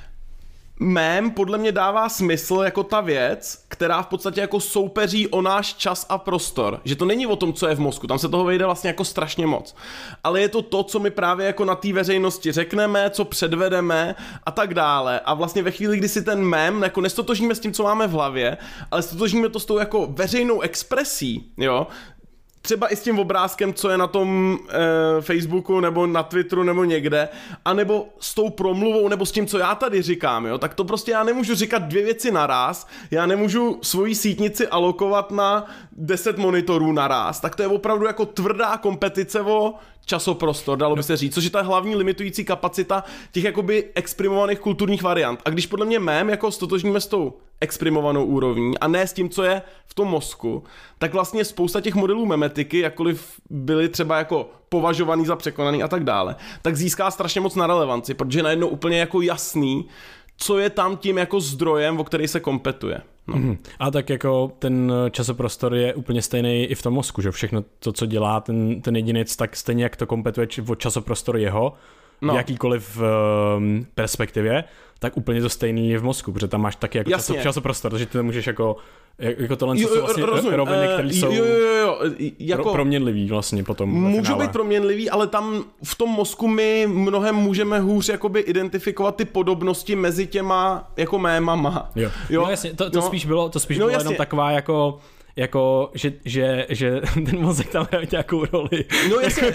Mém podle mě dává smysl jako ta věc, která v podstatě jako soupeří o náš čas a prostor. Že to není o tom, co je v mozku, tam se toho vejde vlastně jako strašně moc. Ale je to, co my právě jako na té veřejnosti řekneme, co předvedeme a tak dále. A vlastně ve chvíli, kdy si ten mém jako nestotožníme s tím, co máme v hlavě, ale stotožníme to s tou jako veřejnou expresí, jo, třeba i s tím obrázkem, co je na tom Facebooku nebo na Twitteru nebo někde, anebo s tou promluvou nebo s tím, co já tady říkám, jo, tak to prostě já nemůžu říkat dvě věci naráz, já nemůžu svoji sítnici alokovat na 10 monitorů naráz, tak to je opravdu jako tvrdá kompetice o časoprostor, dalo by se říct, což je ta hlavní limitující kapacita těch jakoby exprimovaných kulturních variant. A když podle mě mém jako stotožníme s tou exprimovanou úrovní a ne s tím, co je v tom mozku, tak vlastně spousta těch modelů memetiky, jakkoliv byly třeba jako považovaný za překonaný a tak dále, tak získá strašně moc na relevanci, protože najednou úplně jako jasný, co je tam tím jako zdrojem, o který se kompetuje. A tak jako ten časoprostor je úplně stejný i v tom mozku, že všechno to, co dělá ten jedinec, tak stejně jak to kompetuje o časoprostor jeho, v jakýkoliv perspektivě, tak úplně to stejný je v mozku, protože tam máš taky jako časoprostor, takže ty můžeš jako tohle jsou vlastně roviny, které jsou jako proměnlivý vlastně potom. Můžou být proměnlivý, ale tam v tom mozku my mnohem můžeme hůř jakoby identifikovat ty podobnosti mezi těma jako mémama. Jo. No jasně, to spíš bylo jenom taková jako, že ten mozek tam hraje nějakou roli. No jasně,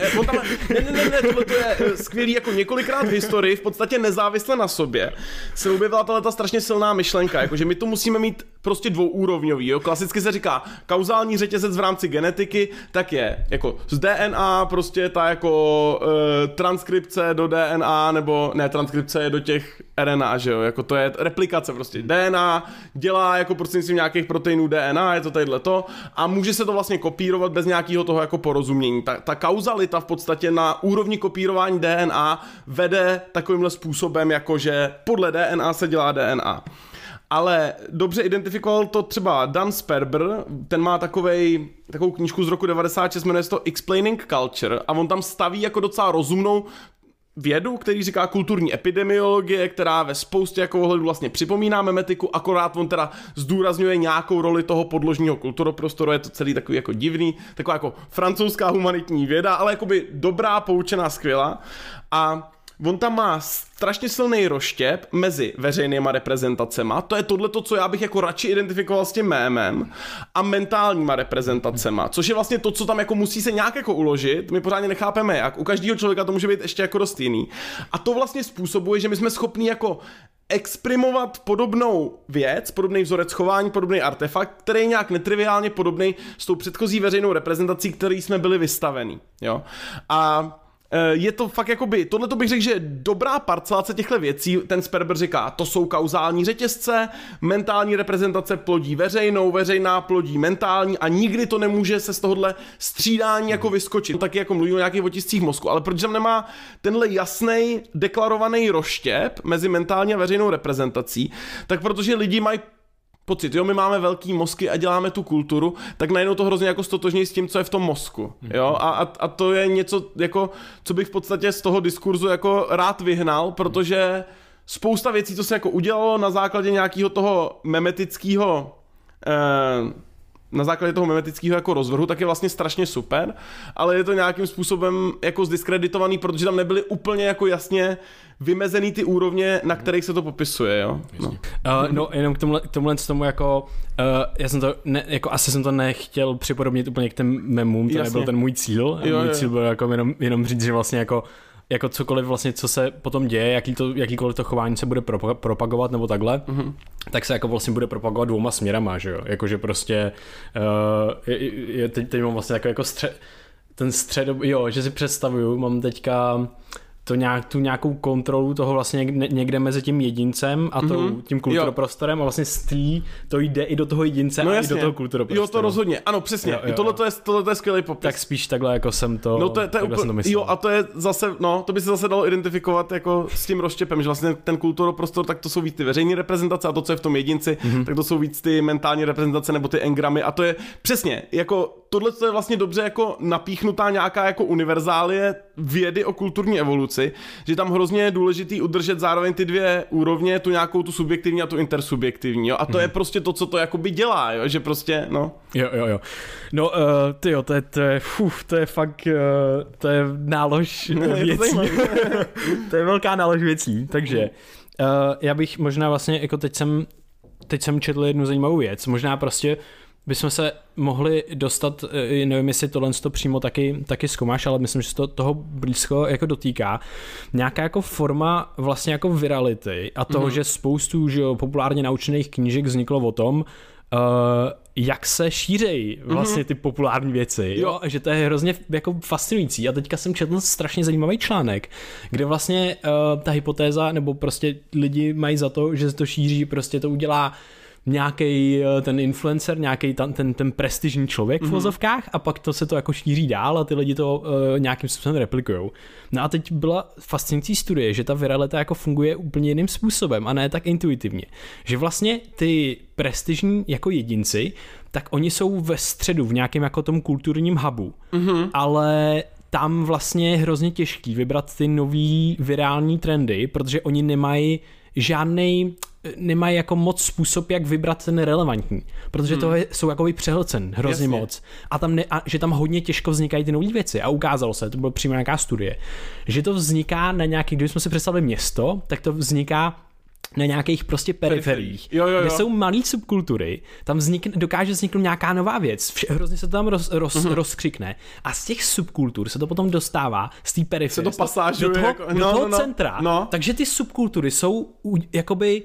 tohle to je skvělý, jako několikrát v historii, v podstatě nezávisle na sobě, se objevila tato strašně silná myšlenka, jako že my to musíme mít prostě dvouúrovňový, jo, klasicky se říká kauzální řetězec v rámci genetiky, tak je jako z DNA prostě ta jako transkripce do DNA, nebo ne, transkripce je do těch RNA, že jo, jako to je replikace prostě, DNA dělá jako prostřednictvím nějakých proteinů DNA, je to tadyhleto, a může se to vlastně kopírovat bez nějakého toho jako porozumění. Ta kauzalita v podstatě na úrovni kopírování DNA vede takovýmhle způsobem, jakože podle DNA se dělá DNA. ale dobře identifikoval to třeba Dan Sperber, ten má takovou knížku z roku 96, jmenuje se to Explaining Culture a on tam staví jako docela rozumnou vědu, který říká kulturní epidemiologie, která ve spoustě jako ohledů vlastně připomíná memetiku, akorát on teda zdůrazňuje nějakou roli toho podložního kulturoprostoru, je to celý takový jako divný, taková jako francouzská humanitní věda, ale jakoby dobrá, poučená, skvělá. A on tam má strašně silný rozštěp mezi veřejnýma reprezentacema, to je tohleto, co já bych jako radši identifikoval s tím mémem, a mentálníma reprezentacema, což je vlastně to, co tam jako musí se nějak jako uložit, my pořádně nechápeme jak, u každého člověka to může být ještě jako dost jiný. A to vlastně způsobuje, že my jsme schopní jako exprimovat podobnou věc, podobný vzorec chování, podobný artefakt, který je nějak netriviálně podobný s tou předchozí veřejnou reprezentací, který jsme byli vystavení, jo. A je to fakt jakoby, tohleto bych řekl, že je dobrá parcelace těchto věcí, ten Sperber říká, to jsou kauzální řetězce, mentální reprezentace plodí veřejnou, veřejná plodí mentální a nikdy to nemůže se z tohohle střídání jako vyskočit. Taky jako mluví o nějakých otiscích mozku, ale protože tam nemá tenhle jasný deklarovaný rozštěp mezi mentální a veřejnou reprezentací, tak protože lidi mají pocit, jo, my máme velký mozky a děláme tu kulturu, tak najednou to hrozně jako stotožní s tím, co je v tom mozku, jo, a to je něco, jako, co bych v podstatě z toho diskurzu jako rád vyhnal, protože spousta věcí, co se jako udělalo na základě nějakého toho memetického jako rozvrhu, tak je vlastně strašně super, ale je to nějakým způsobem jako zdiskreditovaný, protože tam nebyly úplně jako jasně vymezený ty úrovně, na kterých se to popisuje, jo. No, jenom k tomu jako, já jsem to, jako asi jsem to nechtěl připodobnit úplně k těm memům, to nebyl ten můj cíl. Můj cíl byl jako jenom říct, že vlastně jako cokoliv vlastně, co se potom děje, jakýkoliv to chování se bude propagovat nebo takhle, tak se jako vlastně bude propagovat dvouma směrama, že jo, jakože prostě teď mám vlastně jako ten střed, jo, že si představuju, mám teďka tu nějakou kontrolu toho vlastně někde mezi tím jedincem a tím kulturoprostorem a vlastně to jde i do toho jedince a i do toho kulturoprostoru. Jo, to rozhodně, ano, přesně. I tohle je skvělý popis. Tak spíš takhle jako jsem to, no to je jo, a to je zase, no, to by se zase dalo identifikovat jako s tím rozštěpem, že vlastně ten kulturoprostor, tak to jsou víc ty veřejné reprezentace a to, co je v tom jedinci, tak to jsou víc ty mentální reprezentace nebo ty engramy a to je přesně, jako tohle je vlastně dobře jako napíchnutá nějaká jako univerzálie vědy o kulturní evoluci, že tam hrozně je důležitý udržet zároveň ty dvě úrovně, tu nějakou tu subjektivní a tu intersubjektivní, jo? A to je prostě to, co to jakoby dělá, jo? Že prostě, no. Jo. No, tyjo, to je fakt, to je nálož věcí. To je velká nálož věcí, takže já bych možná vlastně, jako teď jsem četl jednu zajímavou věc, možná prostě bychom se mohli dostat, nevím, jestli tohle to přímo taky zkoumáš, ale myslím, že se to toho blízko jako dotýká. Nějaká jako forma vlastně jako virality a toho, že spoustu populárně naučených knížek vzniklo o tom, jak se šířejí vlastně ty populární věci, jo? Že to je hrozně jako fascinující. A teďka jsem četl strašně zajímavý článek, kde vlastně ta hypotéza, nebo prostě lidi mají za to, že se to šíří, prostě to udělá nějaký ten influencer, nějaký ten prestižní člověk v vozovkách a pak se to jako šíří dál a ty lidi to nějakým způsobem replikujou. No a teď byla fascinující studie, že ta viralita jako funguje úplně jiným způsobem a ne tak intuitivně. Že vlastně ty prestižní jako jedinci, tak oni jsou ve středu v nějakém jako tom kulturním hubu, ale tam vlastně je hrozně těžký vybrat ty nový virální trendy, protože oni nemají jako moc způsob, jak vybrat ten relevantní, protože to jsou jakoby přehlcen hrozně moc a že tam hodně těžko vznikají ty nové věci a ukázalo se, to byla přímo nějaká studie, že to vzniká na nějakých, kdybychom si představili město, tak to vzniká na nějakých prostě periferiích, kde jsou malý subkultury, tam dokáže vzniknout nějaká nová věc, hrozně se to tam rozkřikne a z těch subkultur se to potom dostává z té periferie do toho centra, takže ty subkultury jsou jakoby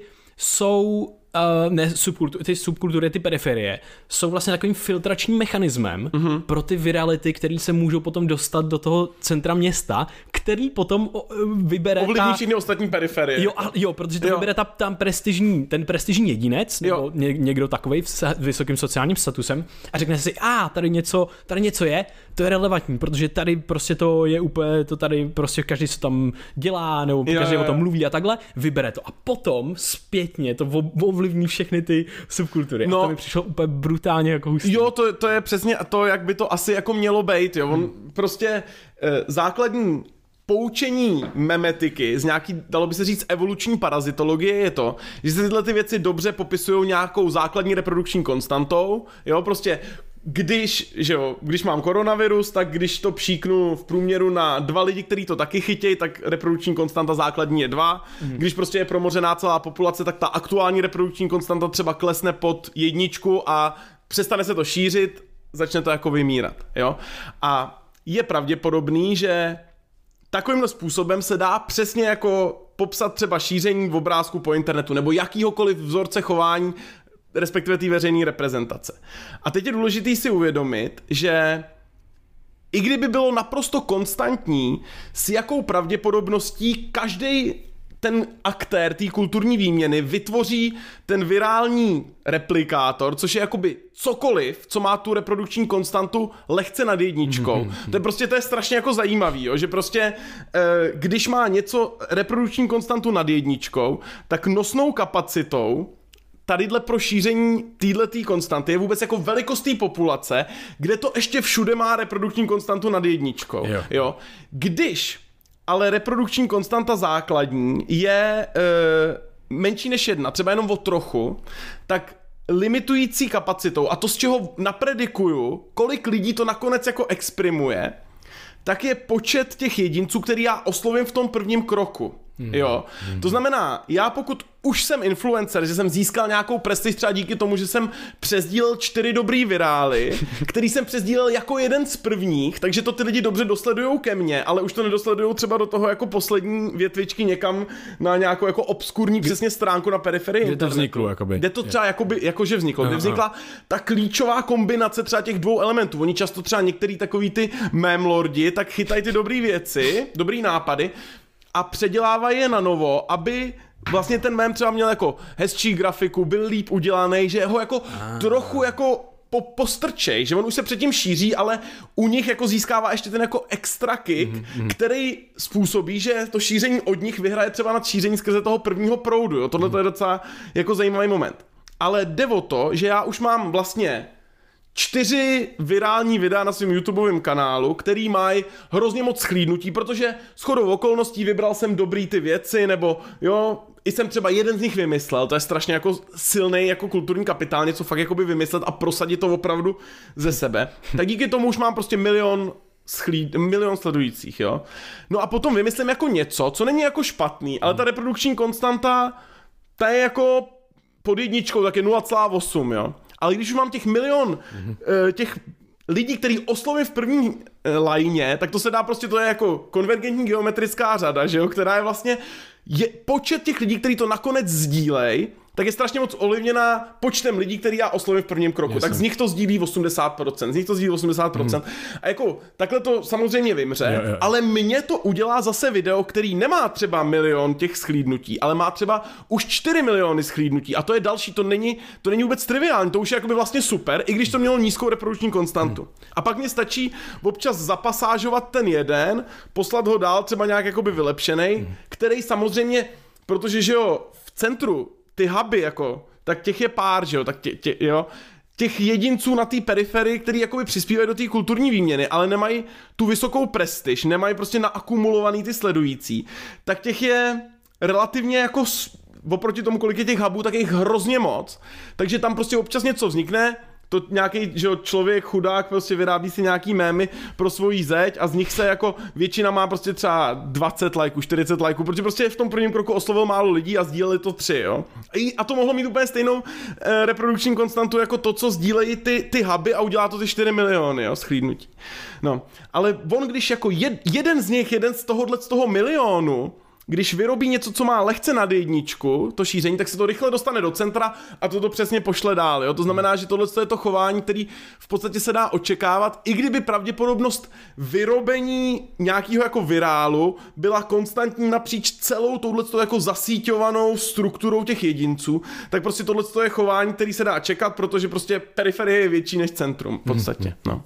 ty subkultury, ty periferie jsou vlastně takovým filtračním mechanismem pro ty virality, které se můžou potom dostat do toho centra města, který potom vybere ovlivní všechny ostatní periferie. Jo, protože to vybere ten prestižní jedinec, nebo někdo takovej s vysokým sociálním statusem a řekne si, tady něco je, to je relevantní, protože tady prostě to je úplně, to tady prostě každý co tam dělá, nebo každý o tom mluví a takhle, vybere to. A potom zpětně to ovlivní všechny ty subkultury. A to mi přišlo úplně brutálně jako hustý. Jo, to je přesně to, jak by to asi jako mělo být, jo. On prostě základní poučení memetiky z nějaký, dalo by se říct, evoluční parazitologie je to, že se tyhle ty věci dobře popisují nějakou základní reprodukční konstantou, jo, prostě když mám koronavirus, tak když to pšíknu v průměru na 2 lidi, kteří to taky chytějí, tak reprodukční konstanta základní je 2. Když prostě je promořená celá populace, tak ta aktuální reprodukční konstanta třeba klesne pod 1 a přestane se to šířit, začne to jako vymírat, jo. A je pravděpodobný, že takovýmhle způsobem se dá přesně jako popsat třeba šíření v obrázku po internetu nebo jakýhokoliv vzorce chování, respektive té veřejné reprezentace. A teď je důležité si uvědomit, že i kdyby bylo naprosto konstantní, s jakou pravděpodobností každý ten aktér té kulturní výměny vytvoří ten virální replikátor, což je jakoby cokoliv, co má tu reprodukční konstantu lehce nad 1. To je strašně jako zajímavý, jo? Že prostě když má něco reprodukční konstantu nad 1, tak nosnou kapacitou tadyhle pro šíření téhletý konstanty je vůbec jako velikost té populace, kde to ještě všude má reprodukční konstantu nad 1. Jo? Když ale reprodukční konstanta základní je menší než 1, třeba jenom o trochu, tak limitující kapacitou, a to z čeho napredikuju, kolik lidí to nakonec jako exprimuje, tak je počet těch jedinců, který já oslovím v tom prvním kroku. Jo. To znamená, já pokud už jsem influencer, že jsem získal nějakou prestiž třeba díky tomu, že jsem přesdílel 4 dobrý virály, který jsem přesdílel jako jeden z prvních, takže to ty lidi dobře dosledujou ke mně, ale už to nedosledujou třeba do toho jako poslední větvičky někam na nějakou jako obskurní přesně stránku na periferii. Kde to vzniklo, jakoby. Kde to třeba jakože vzniklo. Kde vznikla ta klíčová kombinace třeba těch 2 elementů. Oni často třeba některý takový ty mémlordi tak chytají ty dobrý věci, dobrý nápady a předělávají je na novo, aby vlastně ten mém třeba měl jako hezčí grafiku, byl líp udělaný, že ho jako trochu jako postrčej, že on už se předtím šíří, ale u nich jako získává ještě ten jako extra kick, který způsobí, že to šíření od nich vyhraje třeba nad šíření skrze toho prvního proudu, jo? Tohle to je docela jako zajímavý moment. Ale jde o to, že já už mám vlastně 4 virální videa na svém YouTubeovém kanálu, který mají hrozně moc shlídnutí, protože shodou okolností vybral jsem dobrý ty věci, nebo jo, i jsem třeba jeden z nich vymyslel, to je strašně jako silný jako kulturní kapitál, něco fakt jakoby vymyslet a prosadit to opravdu ze sebe. Tak díky tomu už mám prostě milion sledujících, jo. No a potom vymyslím jako něco, co není jako špatný, ale ta reprodukční konstanta, ta je jako pod 1, tak je 0,8, jo. Ale když už mám těch milion těch lidí, který oslovím v první lajně, tak to se dá prostě, to je jako konvergentní geometrická řada, že jo, která je vlastně počet těch lidí, kteří to nakonec sdílej, tak je strašně moc ovlivněná počtem lidí, který já oslovím v prvním kroku. Jasně. Tak z nich to sdílí 80%, A jako takhle to samozřejmě vymře, ale mně to udělá zase video, který nemá třeba 1 milion těch shlídnutí, ale má třeba už 4 miliony shlídnutí a to je další, to není vůbec triviální, to už je jakoby vlastně super, i když to mělo nízkou reprodukční konstantu. A pak mě stačí občas zapasážovat ten jeden, poslat ho dál třeba nějak jakoby vylepšenej, který samozřejmě, protože že jo, v centru ty huby, jako, tak těch je pár, že jo, tak těch jedinců na té periferii, který jakoby přispívají do té kulturní výměny, ale nemají tu vysokou prestiž, nemají prostě naakumulovaný ty sledující, tak těch je relativně jako oproti tomu, kolik je těch hubů, tak je jich hrozně moc, takže tam prostě občas něco vznikne, to nějaký, že člověk chudák prostě vyrábí si nějaký mémy pro svoji zeď a z nich se jako většina má prostě třeba 20 lajků, 40 lajků, protože prostě v tom prvním kroku oslovil málo lidí a sdíleli to 3, jo. A to mohlo mít úplně stejnou reprodukční konstantu jako to, co sdílejí ty huby a udělá to ty 4 miliony, jo, shlídnutí. No, ale on když jako jeden z toho milionu když vyrobí něco, co má lehce nad jedničku, to šíření, tak se to rychle dostane do centra a to přesně pošle dál. Jo? To znamená, že tohle je to chování, který v podstatě se dá očekávat, i kdyby pravděpodobnost vyrobení nějakého jako virálu byla konstantní napříč celou touhletou jako zasíťovanou strukturou těch jedinců, tak prostě tohle je chování, který se dá čekat, protože prostě periferie je větší než centrum v podstatě. No.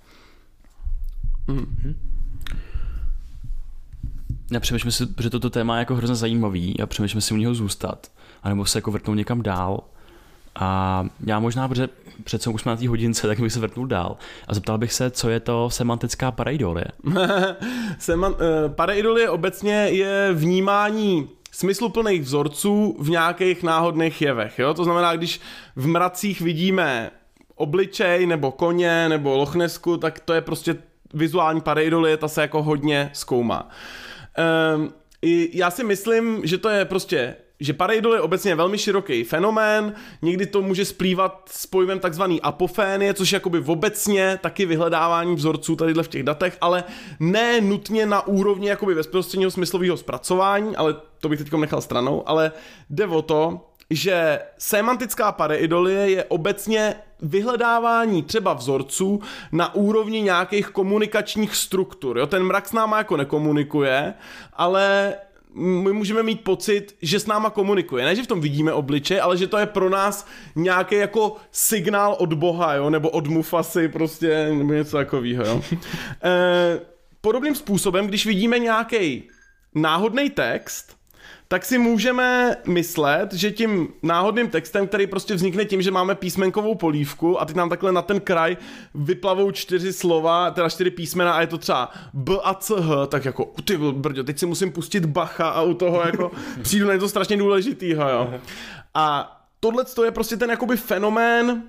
Já přemýšlím si, že toto téma je jako hrozně zajímavý a přemýšlím si u něho zůstat, anebo se jako vrtnout někam dál. A já možná, protože přece už jsme na té hodince, tak bych se vrtnul dál a zeptal bych se, co je to semantická pareidolie. Pareidolie obecně je vnímání smysluplných vzorců v nějakých náhodných jevech. Jo? To znamená, když v mracích vidíme obličej nebo koně nebo lochnesku, tak to je prostě vizuální pareidolie, ta se jako hodně zkoumá. Já si myslím, že to je prostě, že pareidolie obecně je velmi široký fenomén, někdy to může splývat s pojmem takzvaný apofénie, což je jakoby obecně taky vyhledávání vzorců tadyhle v těch datech, ale ne nutně na úrovni jakoby bezprostředního smyslového zpracování, ale to bych teďkom nechal stranou, ale jde o to, že semantická pareidolie je obecně vyhledávání třeba vzorců na úrovni nějakých komunikačních struktur. Jo? Ten mrak s náma jako nekomunikuje, ale my můžeme mít pocit, že s náma komunikuje. Ne, že v tom vidíme obličej, ale že to je pro nás nějaký jako signál od Boha, jo? Nebo od Mufasy prostě, nebo něco takového. Jo? Podobným způsobem, když vidíme nějaký náhodný text, tak si můžeme myslet, že tím náhodným textem, který prostě vznikne tím, že máme písmenkovou polívku a teď nám takhle na ten kraj vyplavou 4 slova, teda 4 písmena a je to třeba B a C, H, tak jako ty brďo, teď si musím pustit Bacha a u toho jako přijdu na něco strašně důležitýho, jo. A tohle je prostě ten jakoby fenomén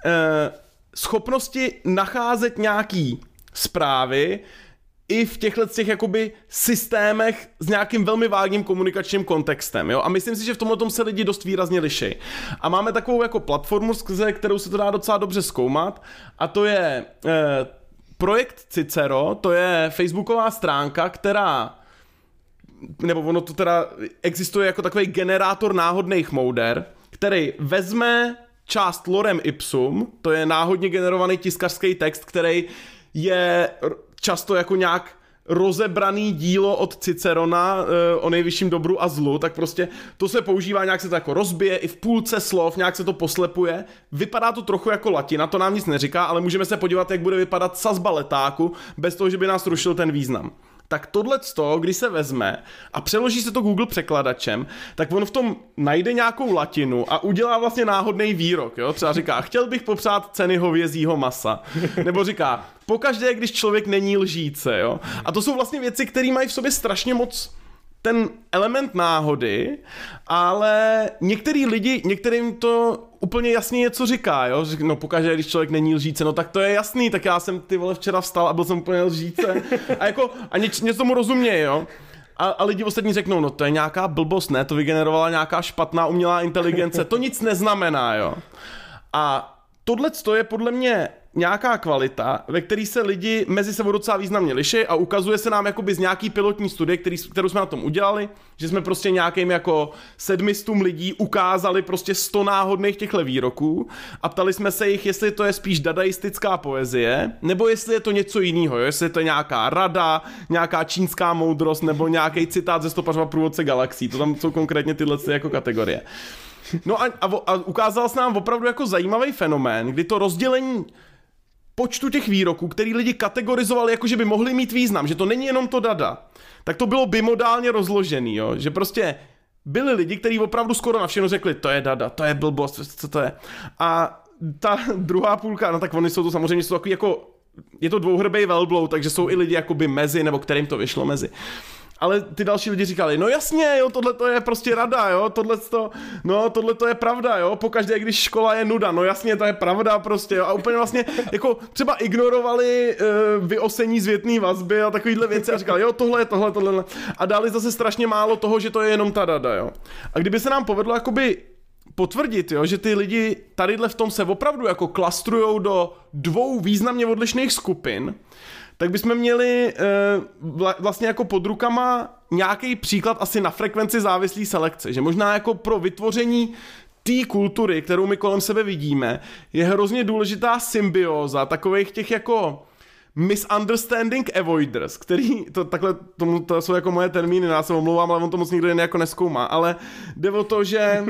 schopnosti nacházet nějaký zprávy, i v těchto těch jakoby systémech s nějakým velmi vágním komunikačním kontextem, jo? A myslím si, že v tomhle se lidi dost výrazně liší. A máme takovou jako platformu, skrze kterou se to dá docela dobře zkoumat, a to je projekt Cicero, to je facebooková stránka, která, nebo ono to teda existuje jako takový generátor náhodných mouder, který vezme část lorem ipsum, to je náhodně generovaný tiskařský text, který je často jako nějak rozebraný dílo od Cicerona o nejvyšším dobru a zlu, tak prostě to se používá, nějak se to jako rozbije i v půlce slov, nějak se to poslepuje. Vypadá to trochu jako latina, to nám nic neříká, ale můžeme se podívat, jak bude vypadat sazba letáku, bez toho, že by nás rušil ten význam. Tak tohleto, když se vezme a přeloží se to Google překladačem, tak on v tom najde nějakou latinu a udělá vlastně náhodný výrok, jo? Třeba říká, chtěl bych popřát ceny hovězího masa. Nebo říká, pokaždé, když člověk není lžíce, jo? A to jsou vlastně věci, které mají v sobě strašně moc ten element náhody, ale některý lidi, některým to úplně jasně něco říká, jo? No pokaždé, když člověk není lžíce, no tak to je jasný, tak já jsem ty vole včera vstal a byl jsem úplně lžíce a něco tomu rozumějí, jo? A lidi ostatní řeknou, no to je nějaká blbost, ne? To vygenerovala nějaká špatná umělá inteligence, to nic neznamená, jo? A tohleto je podle mě nějaká kvalita, ve který se lidi mezi sebou docela významně liší a ukazuje se nám jakoby z nějaký pilotní studie, kterou jsme na tom udělali, že jsme prostě nějakým jako 700 lidí ukázali prostě 100 náhodných těchto výroků a ptali jsme se jich, jestli to je spíš dadaistická poezie, nebo jestli je to něco jiného, jestli to je nějaká rada, nějaká čínská moudrost nebo nějaký citát ze Stopařova průvodce galaxií, to tam jsou konkrétně tyhle jako kategorie. No a ukázal se nám opravdu jako zajímavý fenomén, kdy to rozdělení počtu těch výroků, který lidi kategorizovali jako, že by mohli mít význam, že to není jenom to dada, tak to bylo bimodálně rozložený, jo? Že prostě byli lidi, kteří opravdu skoro na všechno řekli, to je dada, to je blbost, co to je. A ta druhá půlka, no tak oni jsou to samozřejmě, jsou takový jako, je to dvouhrbej velbloud, takže jsou i lidi jakoby mezi, nebo kterým to vyšlo mezi. Ale ty další lidi říkali, no jasně, jo, tohle to je prostě rada, jo, tohle to je pravda, jo, pokaždé, když škola je nuda, no jasně, to je pravda prostě, jo, a úplně vlastně jako třeba ignorovali vyosení zvětný vazby a takovýhle věci a říkali, jo, tohle a dali zase strašně málo toho, že to je jenom ta rada, jo. A kdyby se nám povedlo jakoby potvrdit, jo, že ty lidi tadyhle v tom se opravdu jako klastrujou do dvou významně odlišných skupin, tak bychom měli vlastně jako pod rukama nějaký příklad asi na frekvenci závislý selekce, že možná jako pro vytvoření té kultury, kterou my kolem sebe vidíme, je hrozně důležitá symbioza takových těch jako misunderstanding avoiders, který, to jsou jako moje termíny, já se omlouvám, ale on to moc nikdo jako neskoumá, ale jde o to, že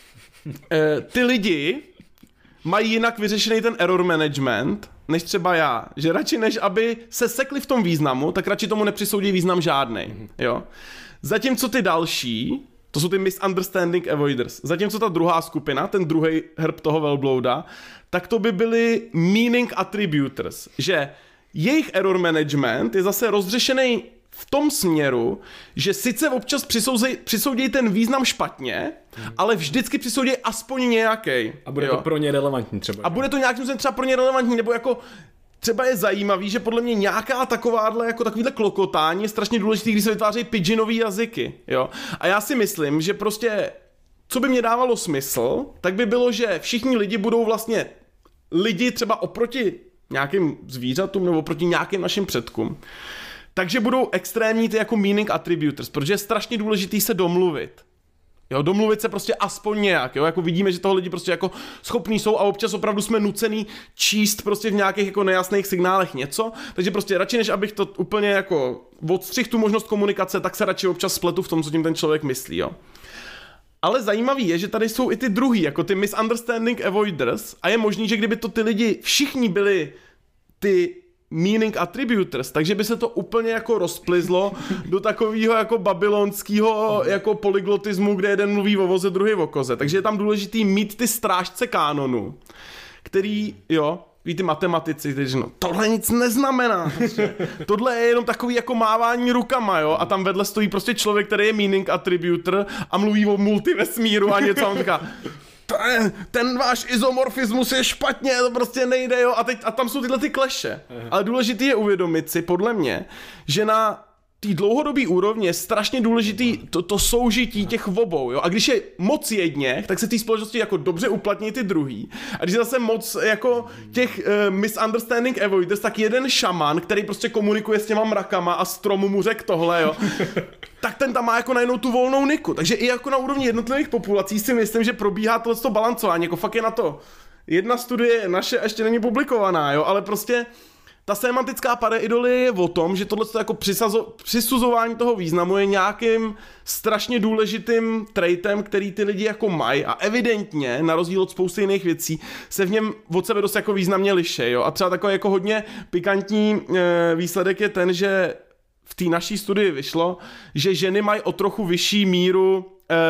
ty lidi mají jinak vyřešený ten error management, než třeba já, že radši než aby se sekli v tom významu, tak radši tomu nepřisoudí význam žádnej, jo. Zatímco ty další, to jsou ty misunderstanding avoiders, zatímco ta druhá skupina, ten druhý herb toho velblouda, tak to by byly meaning attributors, že jejich error management je zase rozřešený v tom směru, že sice občas přisoudějí ten význam špatně, ale vždycky přisoudějí aspoň nějaký. A bude to pro ně relevantní třeba. A bude to nějakým způsobem třeba pro ně relevantní, nebo jako třeba je zajímavý, že podle mě nějaká takovýhle klokotání je strašně důležitý, když se vytvářejí pidginový jazyky, jo. A já si myslím, že prostě, co by mě dávalo smysl, tak by bylo, že všichni lidi budou vlastně lidi třeba oproti nějakým zvířatům nebo oproti nějakým našim předkům. Takže budou extrémní ty jako meaning attributors, protože je strašně důležitý se domluvit. Jo, domluvit se prostě aspoň nějak, jo, jako vidíme, že toho lidi prostě jako schopní jsou a občas opravdu jsme nucený číst prostě v nějakých jako nejasných signálech něco, takže prostě radši než abych to úplně jako odstřih tu možnost komunikace, tak se radši občas spletu v tom, co tím ten člověk myslí, jo. Ale zajímavý je, že tady jsou i ty druhý, jako ty misunderstanding avoiders a je možný, že kdyby to ty lidi všichni byli ty meaning attributors, takže by se to úplně jako rozplizlo do takového jako babylonského jako polyglotismu, kde jeden mluví o voze, druhý o koze. Takže je tam důležitý mít ty strážce kánonu, který, jo, ví ty matematici, kteří no, tohle nic neznamená. Tohle je jenom takový jako mávání rukama, jo, a tam vedle stojí prostě člověk, který je meaning attributor a mluví o multivesmíru a něco a on říká, ten váš izomorfismus je špatně, to prostě nejde, jo, a tam jsou tyhle ty kleše. Ale důležitý je uvědomit si, podle mě, že na té dlouhodobé úrovni je strašně důležitý to soužití těch obou, jo, a když je moc jedněch, tak se té společnosti jako dobře uplatní ty druhý, a když je zase moc jako těch misunderstanding avoiders, tak jeden šaman, který prostě komunikuje s těma mrakama a stromu mu řek tohle, jo, tak ten tam má jako najednou tu volnou niku, takže i jako na úrovni jednotlivých populací si myslím, že probíhá tohleto balancování, jako fakt je na to jedna studie naše ještě není publikovaná, jo, ale prostě ta semantická pareidolie je o tom, že tohle jako přisuzování toho významu je nějakým strašně důležitým traitem, který ty lidi jako mají a evidentně, na rozdíl od spousty jiných věcí, se v něm od sebe dost jako významně liší, jo. A třeba takový jako hodně pikantní výsledek je ten, že v té naší studii vyšlo, že ženy mají o trochu vyšší míru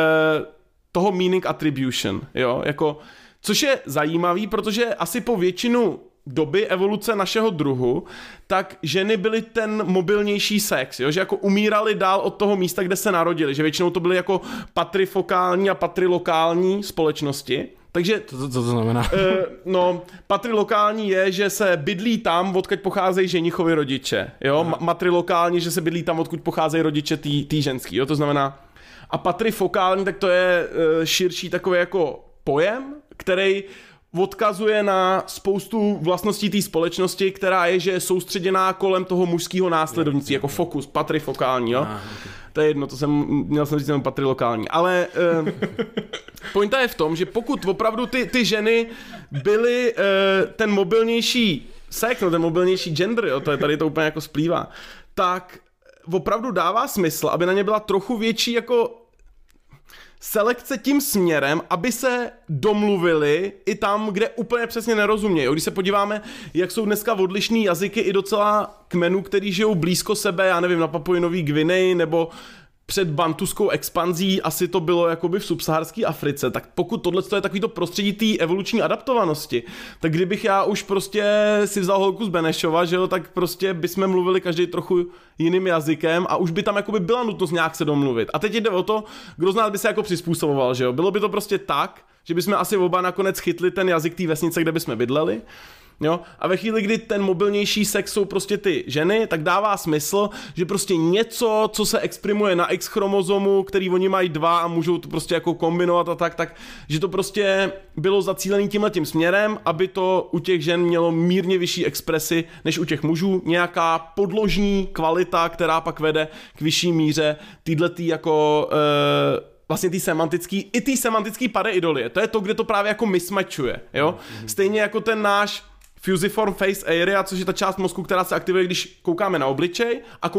toho meaning attribution, jo, jako, což je zajímavý, protože asi po většinu doby evoluce našeho druhu, tak ženy byly ten mobilnější sex, jo? Že jako umírali dál od toho místa, kde se narodili, že většinou to byly jako patrifokální a patrilokální společnosti. Takže, co to znamená? No, patrilokální je, že se bydlí tam, odkud pocházejí ženichovi rodiče, jo? Matrilokální, že se bydlí tam, odkud pocházejí rodiče tý ženský, jo? To znamená, a patrifokální, tak to je širší takový jako pojem, který odkazuje na spoustu vlastností té společnosti, která je, že je soustředěná kolem toho mužského následovnictví, jako fokus, patrifokální, jo. To je jedno, měl jsem říct jenom patrilokální, ale pointa je v tom, že pokud opravdu ty ženy byly ten mobilnější sex, no ten mobilnější gender, jo, tady to úplně jako splývá, tak opravdu dává smysl, aby na ně byla trochu větší jako selekce tím směrem, aby se domluvili i tam, kde úplně přesně nerozumějí. Když se podíváme, jak jsou dneska odlišný jazyky i docela kmenů, který žijou blízko sebe, já nevím, na Papui Nový Gvineji nebo před bantuskou expanzí, asi to bylo jakoby v subsaharské Africe, tak pokud tohle je takovýto prostředí té evoluční adaptovanosti, tak kdybych já už prostě si vzal holku z Benešova, že jo, tak prostě bychom mluvili každý trochu jiným jazykem a už by tam jakoby byla nutnost nějak se domluvit. A teď jde o to, kdo z nás by se jako přizpůsoboval, že jo. Bylo by to prostě tak, že bychom asi oba nakonec chytli ten jazyk té vesnice, kde bychom bydleli, Jo? A ve chvíli, kdy ten mobilnější sex jsou prostě ty ženy, tak dává smysl, že prostě něco, co se exprimuje na X chromozomu, který oni mají 2 a můžou to prostě jako kombinovat a tak, že to prostě bylo zacílené tímhletím směrem, aby to u těch žen mělo mírně vyšší expresi než u těch mužů, nějaká podložní kvalita, která pak vede k vyšší míře týhletý jako vlastně ty semantický pareidolie. To je to, kde to právě jako mismatchuje, jo? Stejně jako ten náš fusiform face area, což je ta část mozku, která se aktivuje, když koukáme na obličej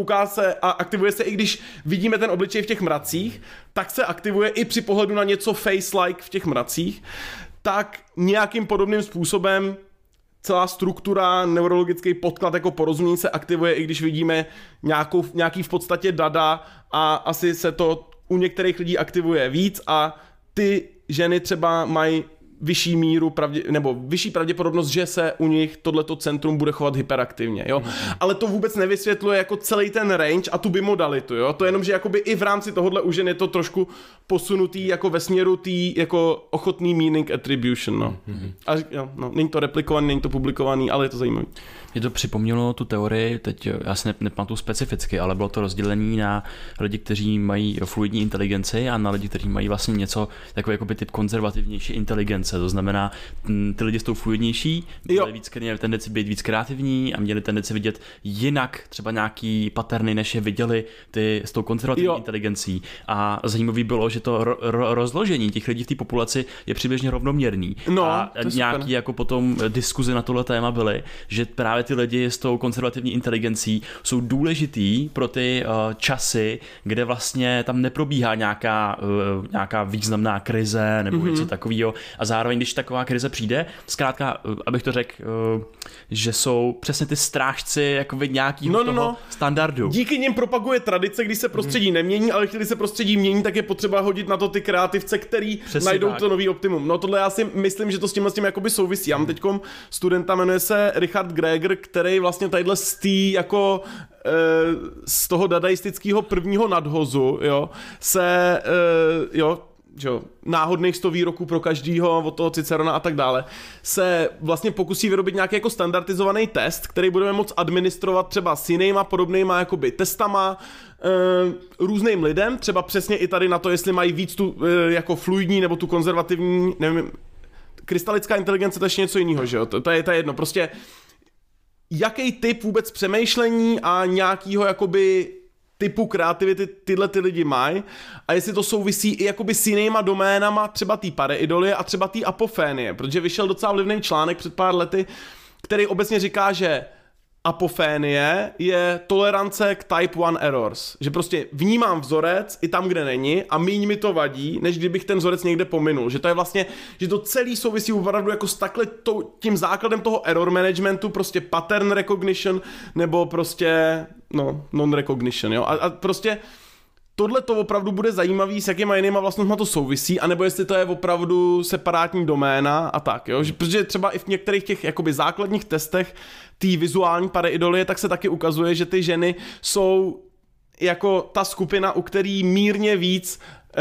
a aktivuje se i když vidíme ten obličej v těch mracích, tak se aktivuje i při pohledu na něco face-like v těch mracích, tak nějakým podobným způsobem celá struktura, neurologický podklad jako porozumění se aktivuje, i když vidíme nějaký v podstatě dada a asi se to u některých lidí aktivuje víc a ty ženy třeba mají vyšší míru nebo vyšší pravděpodobnost, že se u nich tohleto centrum bude chovat hyperaktivně, jo. Ale to vůbec nevysvětluje jako celý ten range a tu bimodalitu, jo. To je jenom, že jakoby i v rámci tohohle už je to trošku posunutý jako ve směru tý jako ochotný meaning attribution, no. A jo, no, není to replikovaný, není to publikovaný, ale je to zajímavý. Mě to připomnělo tu teorii, teď já si nepamatuju specificky, ale bylo to rozdělení na lidi, kteří mají fluidní inteligenci a na lidi, kteří mají vlastně něco jakoby typ konzervativnější inteligence. To znamená, ty lidi jsou fluidnější, měli tendenci být víc kreativní a měli tendenci vidět jinak třeba nějaký paterny, než je viděli ty s tou konzervativní inteligencí. A zajímavý bylo, že to rozložení těch lidí v té populaci je přibližně rovnoměrný. A nějaký jako potom diskuze na tohle téma byly, že právě ty lidi s tou konzervativní inteligencí jsou důležitý pro ty časy, kde vlastně tam neprobíhá nějaká významná krize nebo něco takového. A zároveň, když taková krize přijde, zkrátka, abych to řekl, že jsou přesně ty strážci jakoby nějakého toho standardu. Díky nim propaguje tradice, když se prostředí nemění, ale když se prostředí mění, tak je potřeba hodit na to ty kreativce, který přesně najdou to nový optimum. No tohle já si myslím, že to s tím jakoby souvisí. Já mám teďkom studenta, jmenuje se Richard Greger, který vlastně tadyhle z toho dadaistického prvního nadhozu, jo, náhodných 100 výroků pro každýho, od toho Cicerona a tak dále, se vlastně pokusí vyrobit nějaký jako standardizovaný test, který budeme moct administrovat třeba s jinýma podobnýma jakoby testama různým lidem, třeba přesně i tady na to, jestli mají víc tu jako fluidní nebo tu konzervativní, nevím, krystalická inteligence, to je něco jiného, že jo, to je jedno, prostě jaký typ vůbec přemýšlení a nějakýho jakoby typu kreativity tyhle ty lidi mají a jestli to souvisí i jakoby s jinýma doménama třeba té pareidolie a třeba té apofénie, protože vyšel docela vlivný článek před pár lety, který obecně říká, že apofénie je tolerance k type 1 errors, že prostě vnímám vzorec i tam, kde není a míň mi to vadí, než kdybych ten vzorec někde pominul, že to je vlastně, že to celý souvisí opravdu jako s takhle tím základem toho error managementu, prostě pattern recognition nebo prostě non-recognition, jo, a prostě tohle to opravdu bude zajímavý, s jakýma jinýma vlastnostma to souvisí, anebo jestli to je opravdu separátní doména a tak, jo, protože třeba i v některých těch jakoby základních testech té vizuální pareidolie, tak se taky ukazuje, že ty ženy jsou jako ta skupina, u který mírně víc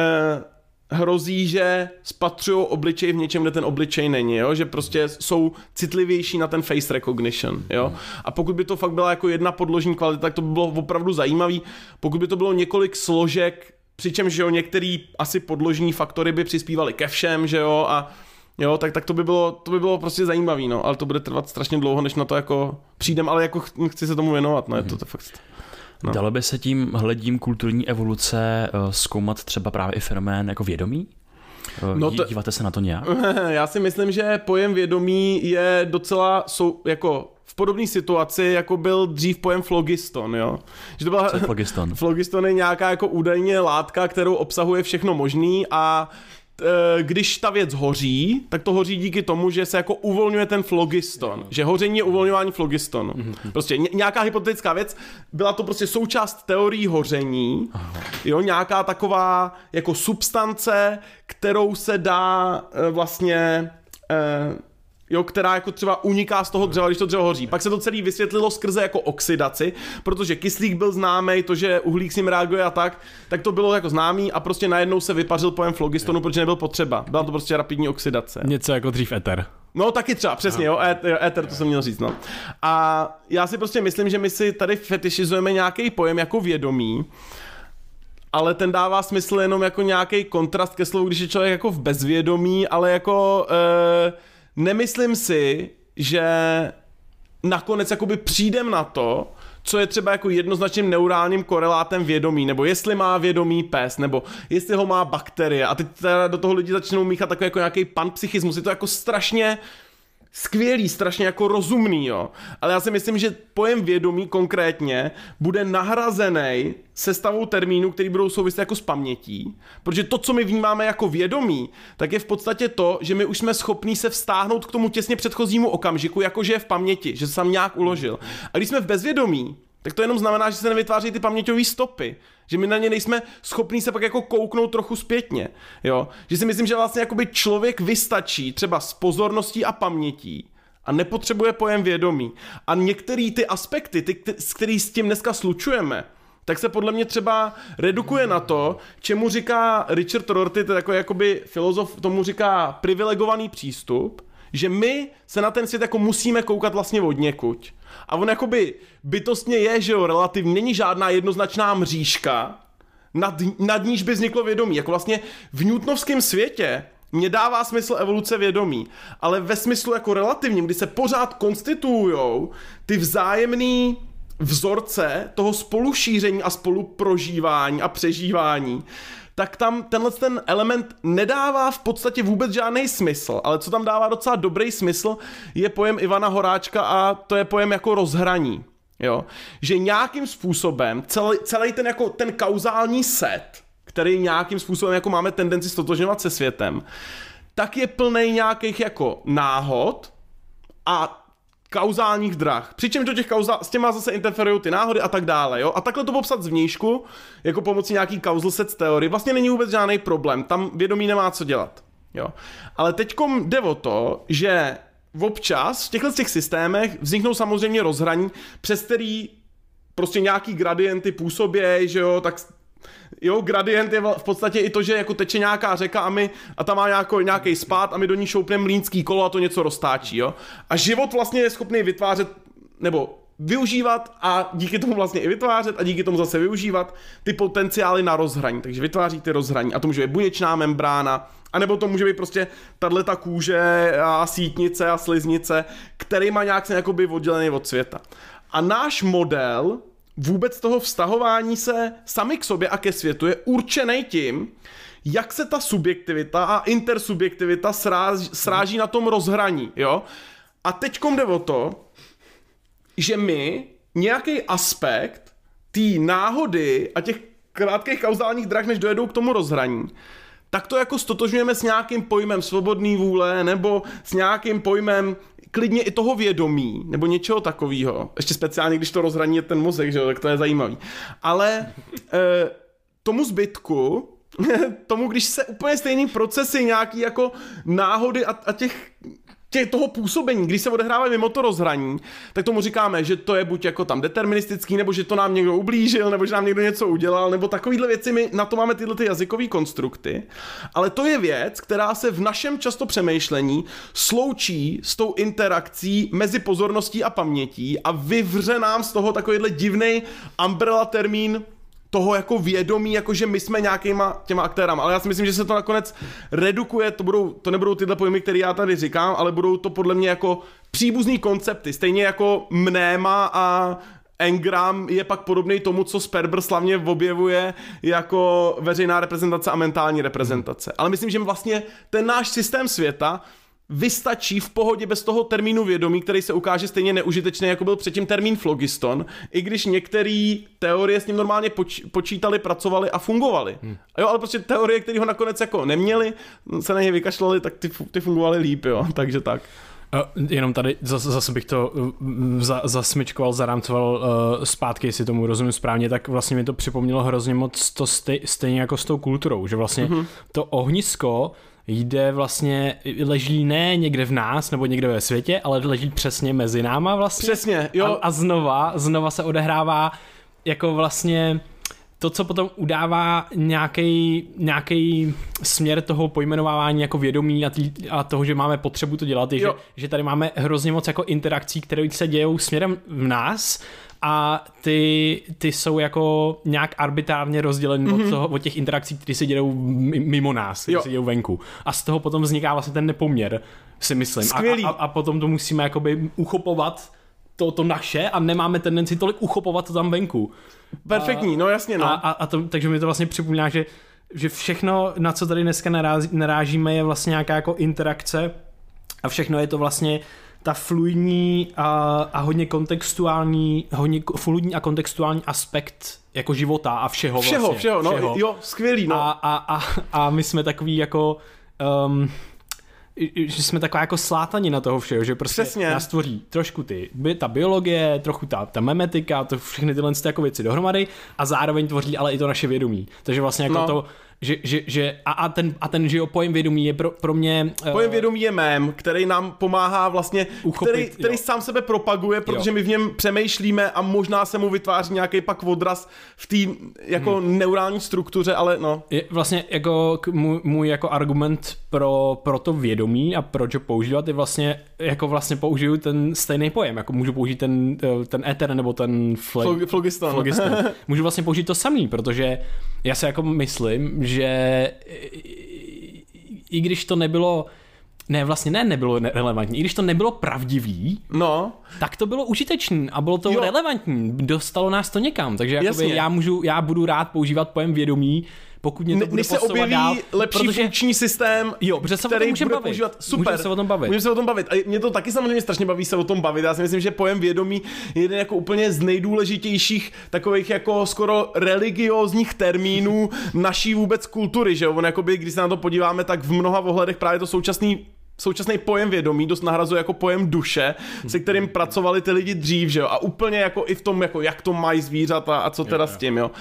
hrozí, že spatřují obličej v něčem, kde ten obličej není, jo? Že prostě jsou citlivější na ten face recognition, jo? A pokud by to fakt byla jako jedna podložní kvalita, tak to by bylo opravdu zajímavý. Pokud by to bylo několik složek, přičemž, že jo, některý asi podložní faktory by přispívaly ke všem, že jo, a jo, tak to by bylo prostě zajímavý, no, ale to bude trvat strašně dlouho, než na to jako přijdem, ale jako chci se tomu věnovat, no, je to fakt. No. Dalo by se tím hledím kulturní evoluce zkoumat třeba právě i fenomén jako vědomí? Díváte se na to nějak? Já si myslím, že pojem vědomí je docela jako v podobné situaci, jako byl dřív pojem phlogiston, jo. Že to byla, co je phlogiston? Phlogiston je nějaká jako údajně látka, kterou obsahuje všechno možný a když ta věc hoří, tak to hoří díky tomu, že se jako uvolňuje ten phlogiston. Že hoření je uvolňování phlogistonu. Prostě nějaká hypotetická věc, byla to prostě součást teorií hoření, jo, nějaká taková jako substance, kterou se dá vlastně která jako třeba uniká z toho dřeva, když to dřevo hoří. Pak se to celé vysvětlilo skrze jako oxidaci, protože kyslík byl známý, to, že uhlík s ním reaguje a tak to bylo jako známý a prostě najednou se vypařil pojem phlogistonu, protože nebyl potřeba. Byla to prostě rapidní oxidace. Něco jako dřív eter. No taky třeba, přesně, jo, éter, to jsem měl říct, no. A já si prostě myslím, že my si tady fetišizujeme nějaký pojem jako vědomí, ale ten dává smysl jenom jako nějaký kontrast ke slovu, když je člověk jako v bezvědomí, ale jako nemyslím si, že nakonec jakoby přijdem na to, co je třeba jako jednoznačným neurálním korelátem vědomí, nebo jestli má vědomí pes, nebo jestli ho má bakterie. A teď teda do toho lidi začnou míchat takový jako nějaký panpsychismus. Je to jako strašně skvělý, strašně jako rozumný, jo. Ale já si myslím, že pojem vědomí konkrétně bude nahrazený sestavou termínů, který budou souviset jako s pamětí, protože to, co my vnímáme jako vědomí, tak je v podstatě to, že my už jsme schopní se vztáhnout k tomu těsně předchozímu okamžiku, jakože je v paměti, že se tam nějak uložil. A když jsme v bezvědomí, tak to jenom znamená, že se nevytváří ty paměťové stopy, že my na ně nejsme schopní se pak jako kouknout trochu zpětně, jo, že si myslím, že vlastně jakoby člověk vystačí třeba s pozorností a pamětí a nepotřebuje pojem vědomí. A některé ty aspekty, který s tím dneska slučujeme, tak se podle mě třeba redukuje na to, čemu říká Richard Rorty, to je takový jakoby filozof, tomu říká privilegovaný přístup, že my se na ten svět jako musíme koukat vlastně odněkuď. A on jakoby bytostně je, že jo, relativní, není žádná jednoznačná mřížka, nad níž by vzniklo vědomí. Jako vlastně v newtonovském světě mně dává smysl evoluce vědomí, ale ve smyslu jako relativním, kdy se pořád konstituujou ty vzájemný vzorce toho spolušíření a spoluprožívání a přežívání, tak tam ten element nedává v podstatě vůbec žádný smysl, ale co tam dává docela dobrý smysl, je pojem Ivana Horáčka a to je pojem jako rozhraní. Jo? Že nějakým způsobem celý ten kauzální set, který nějakým způsobem jako máme tendenci stotožňovat se světem, tak je plnej nějakých jako náhod a kauzálních drah. Přičemž do těch s těma zase interferují ty náhody a tak dále, jo? A takhle to popsat zvnějšku, jako pomocí nějaký causal set teorie, vlastně není vůbec žádný problém, tam vědomí nemá co dělat, jo? Ale teďkom jde o to, že občas v těchto těch systémech vzniknou samozřejmě rozhraní, přes který prostě nějaký gradienty působí, že jo, tak jo, gradient je v podstatě i to, že jako teče nějaká řeka a tam má nějaký spád a my do ní šoupneme mlýnský kolo a to něco roztáčí, jo. A život vlastně je schopný vytvářet, nebo využívat a díky tomu vlastně i vytvářet a díky tomu zase využívat ty potenciály na rozhraní. Takže vytváří ty rozhraní a to může být buněčná membrána, anebo to může být prostě tato kůže a sítnice a sliznice, který má nějak se jakoby oddělený od světa. A náš model vůbec toho vztahování se sami k sobě a ke světu je určený tím, jak se ta subjektivita a intersubjektivita sráží na tom rozhraní, jo? A teďkom jde o to, že my nějaký aspekt té náhody a těch krátkých kauzálních drah, než dojedou k tomu rozhraní, tak to jako stotožňujeme s nějakým pojmem svobodný vůle nebo s nějakým pojmem klidně i toho vědomí nebo něčeho takového. Ještě speciálně, když to rozhraní je ten mozek, že jo, tak to je zajímavý. Ale tomu zbytku, tomu, když se úplně stejný procesy, nějaký jako náhody a toho působení, když se odehrávají mimo to rozhraní, tak tomu říkáme, že to je buď jako tam deterministický, nebo že to nám někdo ublížil, nebo že nám někdo něco udělal, nebo takovýhle věci, my na to máme tyhle ty jazykové konstrukty, ale to je věc, která se v našem často přemýšlení sloučí s tou interakcí mezi pozorností a pamětí a vyvře nám z toho takovýhle divnej umbrella termín toho jako vědomí, jako že my jsme nějakýma těma aktérama, ale já si myslím, že se to nakonec redukuje, to nebudou tyhle pojmy, které já tady říkám, ale budou to podle mě jako příbuzný koncepty, stejně jako mnéma a engram je pak podobný tomu, co Sperber slavně objevuje jako veřejná reprezentace a mentální reprezentace. Ale myslím, že vlastně ten náš systém světa vystačí v pohodě bez toho termínu vědomí, který se ukáže stejně neužitečný, jako byl předtím termín phlogiston, i když některé teorie s ním normálně počítali, pracovali a fungovaly. Jo, ale prostě teorie, které ho nakonec jako neměly, se na ně vykašlali, tak ty fungovaly líp, jo, takže tak. Jenom tady zase bych to zasmyčkoval, zarámcoval zpátky, jestli tomu rozumím správně, tak vlastně mi to připomnělo hrozně moc to stejně jako s tou kulturou, že vlastně to ohnisko leží ne někde v nás nebo někde ve světě, ale leží přesně mezi náma vlastně. Přesně, jo. A znova se odehrává jako vlastně to, co potom udává nějaký směr toho pojmenovávání jako vědomí a toho, že máme potřebu to dělat, je, že tady máme hrozně moc jako interakcí, které se dějou směrem v nás a ty jsou jako nějak arbitrárně rozděleny od těch interakcí, které se dějou mimo nás, které se dějou venku. A z toho potom vzniká vlastně ten nepoměr, si myslím. A potom to musíme jakoby uchopovat to naše a nemáme tendenci tolik uchopovat to tam venku. Perfektní, no jasně, no. Takže mi to vlastně připomíná, že všechno, na co tady dneska narážíme, je vlastně nějaká jako interakce a všechno je to vlastně ta fluidní a hodně fluidní a kontextuální aspekt jako života a všeho vlastně. Všeho, no, jo, skvělý, no. A my jsme takový jako... že jsme taková jako slátanina toho všeho, že prostě nás tvoří trošku ta biologie, trochu ta memetika, to všechny tyhle jako věci dohromady a zároveň tvoří ale i to naše vědomí. Takže vlastně jako to, že ten že jo, pojem vědomí je pro mě... Pojem vědomí je mém, který nám pomáhá vlastně, uchopit, který sám sebe propaguje, protože my v něm přemýšlíme a možná se mu vytváří nějaký pak odraz v té jako neurální struktuře, ale no. Je vlastně jako můj jako argument pro to vědomí a proč ho používat je vlastně, jako vlastně použiju ten stejný pojem, jako můžu použít ten éter nebo ten flogiston. Můžu vlastně použít to samý, protože já si jako myslím, že i když to nebylo nebylo relevantní. I když to nebylo pravdivý, tak to bylo užitečný a bylo to relevantní. Dostalo nás to někam. Takže já budu rád používat pojem vědomí, pokud mě to bude posouvat dál. Objeví lepší funkční systém, který bude používat. Super. Můžeme se o tom bavit. Můžeme se o tom bavit. A mě to taky samozřejmě strašně baví se o tom bavit. Já si myslím, že pojem vědomí je jeden jako úplně z nejdůležitějších takových jako skoro religiózních termínů naší vůbec kultury, že jo? On jakoby, když se na to podíváme, tak v mnoha ohledech právě to současný pojem vědomí dost nahrazuje jako pojem duše, se kterým pracovali ty lidi dřív, že jo? A úplně jako i v tom, jako jak to mají zvířata a co teda s tím, jo?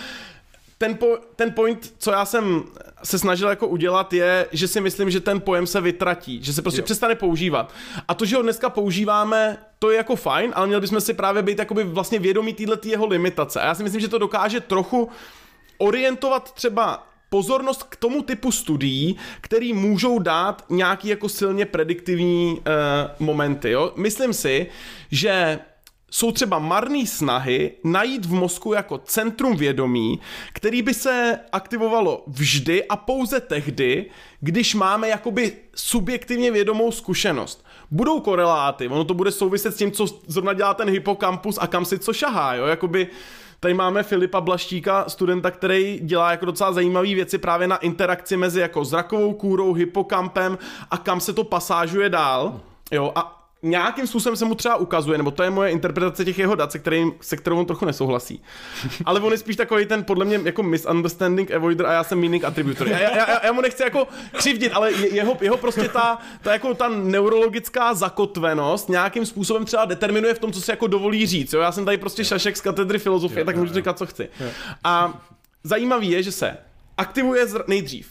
Ten point, co já jsem se snažil jako udělat, je, že si myslím, že ten pojem se vytratí, že se prostě přestane používat. A to, že ho dneska používáme, to je jako fajn, ale měli bychom si právě být jakoby vlastně vědomí této jeho limitace. A já si myslím, že to dokáže trochu orientovat třeba pozornost k tomu typu studií, který můžou dát nějaký jako silně prediktivní momenty. Jo? Myslím si, že jsou třeba marné snahy najít v mozku jako centrum vědomí, který by se aktivovalo vždy a pouze tehdy, když máme jakoby subjektivně vědomou zkušenost. Budou koreláty, ono to bude souviset s tím, co zrovna dělá ten hypokampus a kam si co šahá, jo, jakoby tady máme Filipa Blaštíka, studenta, který dělá jako docela zajímavé věci právě na interakci mezi jako zrakovou kůrou, hypokampem a kam se to pasážuje dál, jo, a nějakým způsobem se mu třeba ukazuje, nebo to je moje interpretace těch jeho dat, se kterou on trochu nesouhlasí. Ale on je spíš takový ten, podle mě, jako misunderstanding avoider a já jsem meaning attributor. Já mu nechci jako křivdit, ale jeho prostě ta neurologická zakotvenost nějakým způsobem třeba determinuje v tom, co se jako dovolí říct. Jo? Já jsem tady prostě šašek z katedry filozofie, tak můžu říkat, co chci. A zajímavý je, že se aktivuje nejdřív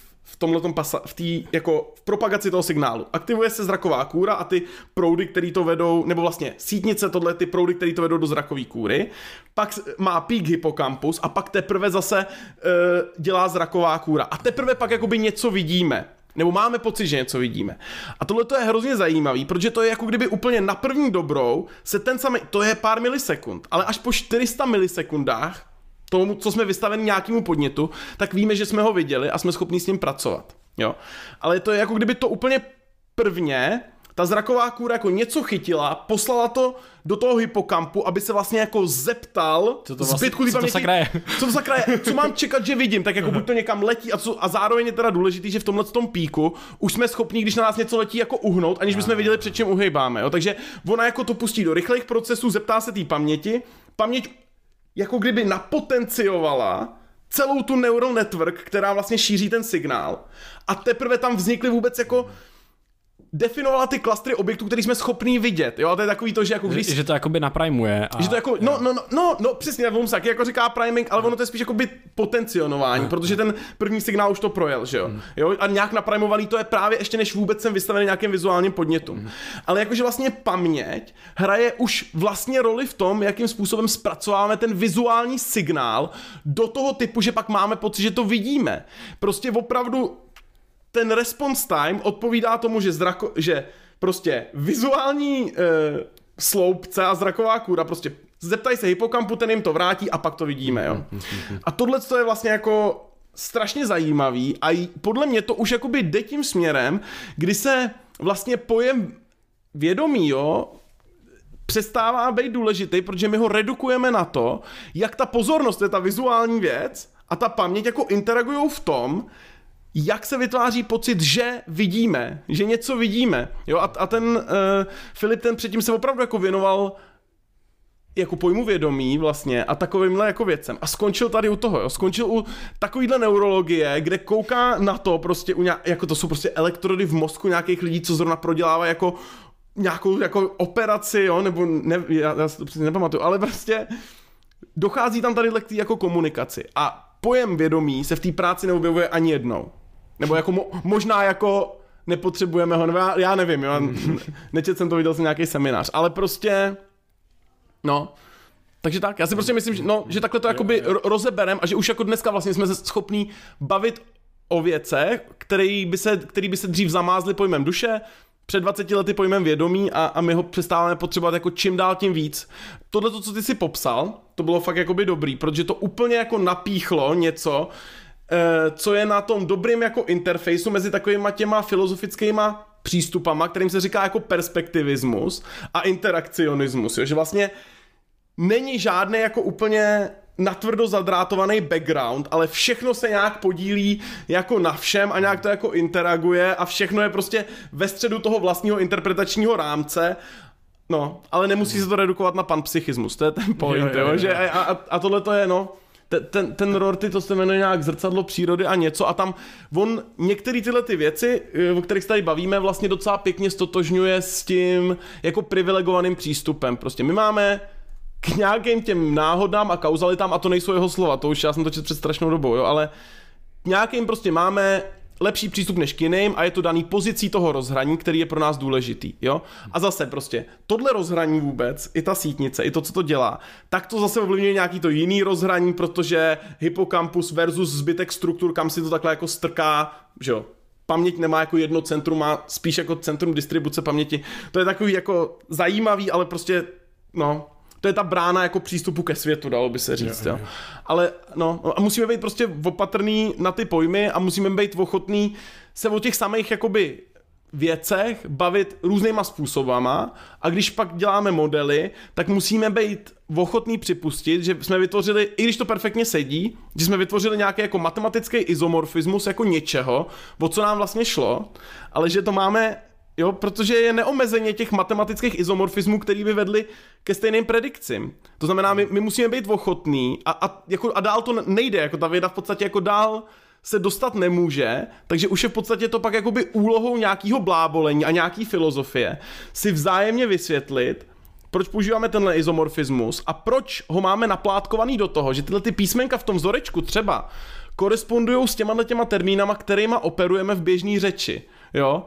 v propagaci toho signálu. Aktivuje se zraková kůra a ty proudy, které to vedou, nebo vlastně sítnice, ty proudy, které to vedou do zrakové kůry. Pak má pík hypokampus a pak teprve zase dělá zraková kůra. A teprve pak jakoby něco vidíme. Nebo máme pocit, že něco vidíme. A tohle to je hrozně zajímavý, protože to je jako kdyby úplně na první dobrou se ten samý, to je pár milisekund, ale až po 400 milisekundách tomu, co jsme vystaveni nějakému podnětu, tak víme, že jsme ho viděli a jsme schopni s ním pracovat. Jo? Ale to je jako kdyby to úplně prvně, ta zraková kůra jako něco chytila, poslala to do toho hypokampu, aby se vlastně jako zeptal zbytku té paměti, co to sakra je, co mám čekat, že vidím, tak jako buď to někam letí a zároveň je teda důležitý, že v tomhletom píku už jsme schopni, když na nás něco letí, jako uhnout, aniž bychom věděli, před čím uhejbáme. Jo? Takže ona jako to pustí do rychlých procesů, zeptá se té paměti, paměť jako kdyby napotenciovala celou tu neural network, která vlastně šíří ten signál a teprve tam vznikly vůbec jako definovala ty klastry objektů, který jsme schopní vidět, jo, a to je takový to, že jako když... Že to jakoby naprimuje. Že to jako, no, přesně, on taky jako říká priming, ale ono to je spíš jakoby potencionování, protože ten první signál už to projel, že jo, a nějak naprimovaný to je právě ještě než vůbec jsem vystavený nějakým vizuálním podnětům. Ale jakože vlastně paměť hraje už vlastně roli v tom, jakým způsobem zpracováváme ten vizuální signál do toho typu, že pak máme pocit, že to vidíme. Prostě opravdu ten response time odpovídá tomu, že prostě vizuální sloupce a zraková kůra prostě zeptají se hypokampu, ten jim to vrátí a pak to vidíme, jo. A tohle je vlastně jako strašně zajímavý a podle mě to už jakoby jde tím směrem, kdy se vlastně pojem vědomí, jo, přestává být důležitý, protože my ho redukujeme na to, jak ta pozornost je ta vizuální věc a ta paměť jako interagujou v tom, jak se vytváří pocit, že vidíme, že něco vidíme. Jo, a ten Filip ten předtím se opravdu jako věnoval jako pojmu vědomí vlastně a takovýmhle jako věcem. A skončil tady u toho, jo. Skončil u takovýhle neurologie, kde kouká na to prostě, jako to jsou prostě elektrody v mozku nějakých lidí, co zrovna prodělávají jako nějakou jako operaci, jo, nebo ne, já si to přesně nepamatuju, ale prostě dochází tam tady k jako komunikaci. A pojem vědomí se v té práci neobjevuje ani jednou. Nebo jako možná jako nepotřebujeme ho, nebo já nevím, jo, nečet jsem to, viděl jsem nějaký seminář, ale prostě, no, takže tak, já si prostě myslím, že takhle to jakoby rozeberem a že už jako dneska vlastně jsme schopní bavit o věcech, který by se dřív zamázly pojmem duše, před 20 lety pojmem vědomí a my ho přestáváme potřebovat jako čím dál tím víc. Tohle, co ty si popsal, to bylo fakt jakoby dobrý, protože to úplně jako napíchlo něco, co je na tom dobrým jako interfejsu mezi takovýma těma filozofickýma přístupama, kterým se říká jako perspektivismus a interakcionismus, jo? Že vlastně není žádný jako úplně natvrdo zadrátovaný background, ale všechno se nějak podílí jako na všem a nějak to jako interaguje a všechno je prostě ve středu toho vlastního interpretačního rámce. No, ale nemusí se to redukovat na panpsychismus, to je ten point, jo, že a tohle to je, no, ten Rorty, to se jmenuje nějak zrcadlo přírody a něco a tam on některé tyhle ty věci, o kterých se tady bavíme, vlastně docela pěkně stotožňuje s tím jako privilegovaným přístupem. Prostě my máme k nějakým těm náhodám a kauzalitám, a to nejsou jeho slova, to už já jsem to četl před strašnou dobou, jo, ale nějakým prostě máme lepší přístup než k jiným a je to daný pozicí toho rozhraní, který je pro nás důležitý, jo. A zase prostě tohle rozhraní vůbec, i ta sítnice, i to, co to dělá, tak to zase ovlivňuje nějaký to jiný rozhraní, protože hypokampus versus zbytek struktur, kam si to takhle jako strká, že jo. Paměť nemá jako jedno centrum, má spíš jako centrum distribuce paměti. To je takový jako zajímavý, ale prostě, no, to je ta brána jako přístupu ke světu, dalo by se říct, jo. Ale no, a musíme být prostě opatrný na ty pojmy a musíme být ochotný se o těch samých jakoby věcech bavit různýma způsobama a když pak děláme modely, tak musíme být ochotný připustit, že jsme vytvořili, i když to perfektně sedí, že jsme vytvořili nějaký jako matematický izomorfismus jako něčeho, o co nám vlastně šlo, ale že to máme, jo, protože je neomezeně těch matematických izomorfismů, který by vedli ke stejným predikcím. To znamená, my musíme být ochotní a dál to nejde, jako ta věda v podstatě jako dál se dostat nemůže, takže už je v podstatě to pak jakoby úlohou nějakého blábolení a nějaký filozofie si vzájemně vysvětlit, proč používáme tenhle izomorfismus a proč ho máme naplátkovaný do toho, že tyhle ty písmenka v tom vzorečku třeba korespondujou s těma termínama, kterýma operujeme v běžné řeči, jo?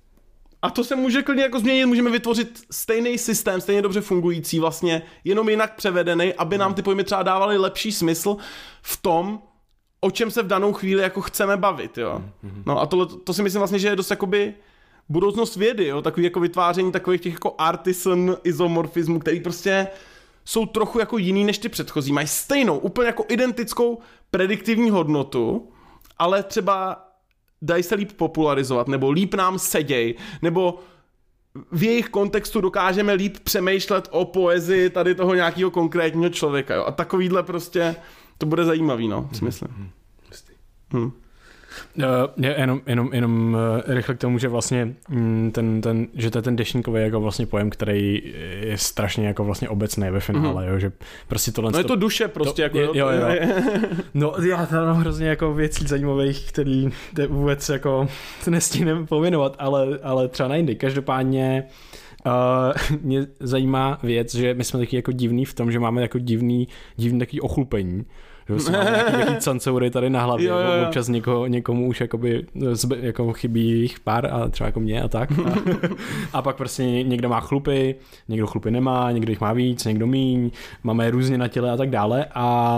A to se může klidně jako změnit, můžeme vytvořit stejný systém, stejně dobře fungující vlastně, jenom jinak převedený, aby nám ty pojmy třeba dávaly lepší smysl v tom, o čem se v danou chvíli jako chceme bavit, jo. No a to si myslím vlastně, že je dost jakoby budoucnost vědy, jo, takový jako vytváření takových těch jako artisan izomorfismů, který prostě jsou trochu jako jiný než ty předchozí, mají stejnou, úplně jako identickou prediktivní hodnotu, ale třeba dají se líp popularizovat, nebo líp nám seděj, nebo v jejich kontextu dokážeme líp přemýšlet o poezii tady toho nějakého konkrétního člověka, jo. A takovýhle prostě, to bude zajímavý, no, si myslím. Jenom rychle k tomu, že vlastně že to je ten deštníkový jako vlastně pojem, který je strašně jako vlastně obecný ve finále, jo, že prostě tohle... No je to duše prostě, jo. No já tam mám hrozně jako věcí zajímavých, který vůbec jako nestihneme pověnovat, ale třeba na jindy. Každopádně mě zajímá věc, že my jsme taky jako divný v tom, že máme jako divný takový ochlupení. Že máme nějaký cancoury tady na hlavě, jo. Občas někomu už jako chybí jich pár a třeba jako mě a tak. A pak prostě někdo má chlupy, někdo chlupy nemá, někdo jich má víc, někdo míň, máme různě na těle a tak dále a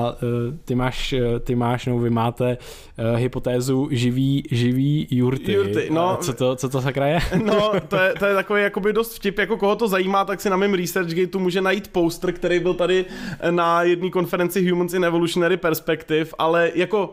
vy máte hypotézu živý jurty. No, co to sakra je? No, to je takový jakoby dost vtip, jako koho to zajímá, tak si na mém ResearchGateu může najít poster, který byl tady na jedné konferenci Humans in Evolutionary Perspective, ale jako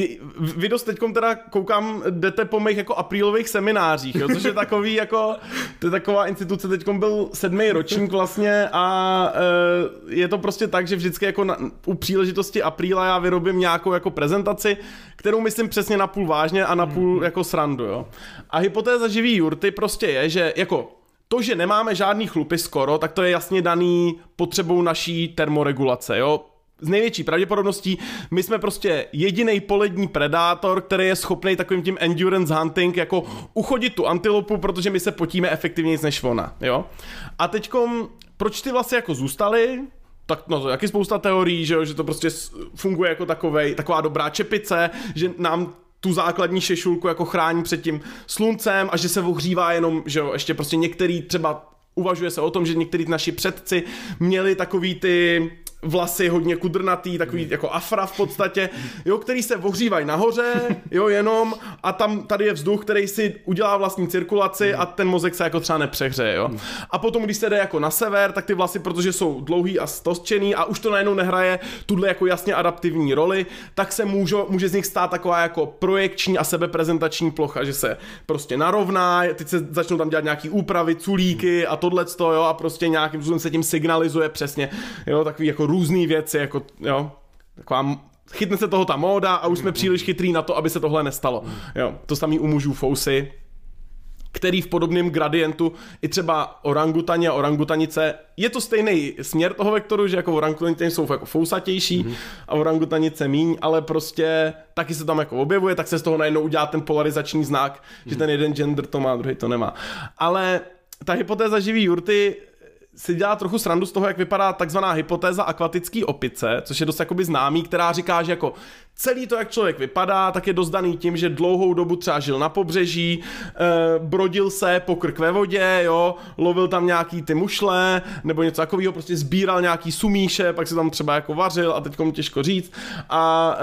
vy dost teďkom teda koukám, jdete po mých jako aprílových seminářích, jo, což je takový jako, to je taková instituce, teďkom byl 7. ročník vlastně a je to prostě tak, že vždycky jako u příležitosti apríla já vyrobím nějakou jako prezentaci, kterou myslím přesně na půl vážně a na půl jako srandu, jo. A hypotéza živý jurty prostě je, že jako to, že nemáme žádný chlupy skoro, tak to je jasně daný potřebou naší termoregulace, jo. Z největší pravděpodobností my jsme prostě jediný polední predátor, který je schopný takovým tím endurance hunting jako uchodit tu antilopu, protože my se potíme efektivněji než ona, jo. A teďkom, proč ty vlasy jako zůstaly? Tak no to je taky spousta teorií, že jo, že to prostě funguje jako taková dobrá čepice, že nám tu základní šešulku jako chrání před tím sluncem a že se ohřívá jenom, že jo, ještě prostě některý třeba uvažuje se o tom, že některý naši předci měli takový ty vlasy hodně kudrnatý, takový jako afra v podstatě, jo, který se ohřívají nahoře, jo, jenom a tady je vzduch, který si udělá vlastní cirkulaci a ten mozek se jako třeba nepřehřeje, jo. A potom, když se jde jako na sever, tak ty vlasy, protože jsou dlouhý a stosčený a už to najednou nehraje tuhle jako jasně adaptivní roli, tak se může z nich stát taková jako projekční a sebeprezentační plocha, že se prostě narovná, teď se začnou tam dělat nějaký úpravy, culíky a tohleto, jo, a prostě nějakým způsobem se tím signalizuje přesně, jo, takový jako různý věci, jako, jo, taková, chytne se toho ta móda a už jsme příliš chytrý na to, aby se tohle nestalo. Jo, to samý u mužů fousy, který v podobném gradientu i třeba orangutani a orangutanice, je to stejný směr toho vektoru, že jako orangutanice jsou jako fousatější a orangutanice míň, ale prostě taky se tam jako objevuje, tak se z toho najednou udělá ten polarizační znak, že ten jeden gender to má, druhý to nemá. Ale ta hypotéza živý jurty si dělá trochu srandu z toho, jak vypadá takzvaná hypotéza akvatický opice, což je dost jakoby známý, která říká, že jako celý to, jak člověk vypadá, tak je dost daný tím, že dlouhou dobu třeba žil na pobřeží, brodil se po krk ve vodě, jo, lovil tam nějaký ty mušle, nebo něco takového, prostě sbíral nějaký sumíše, pak se tam třeba jako vařil a teďkom těžko říct a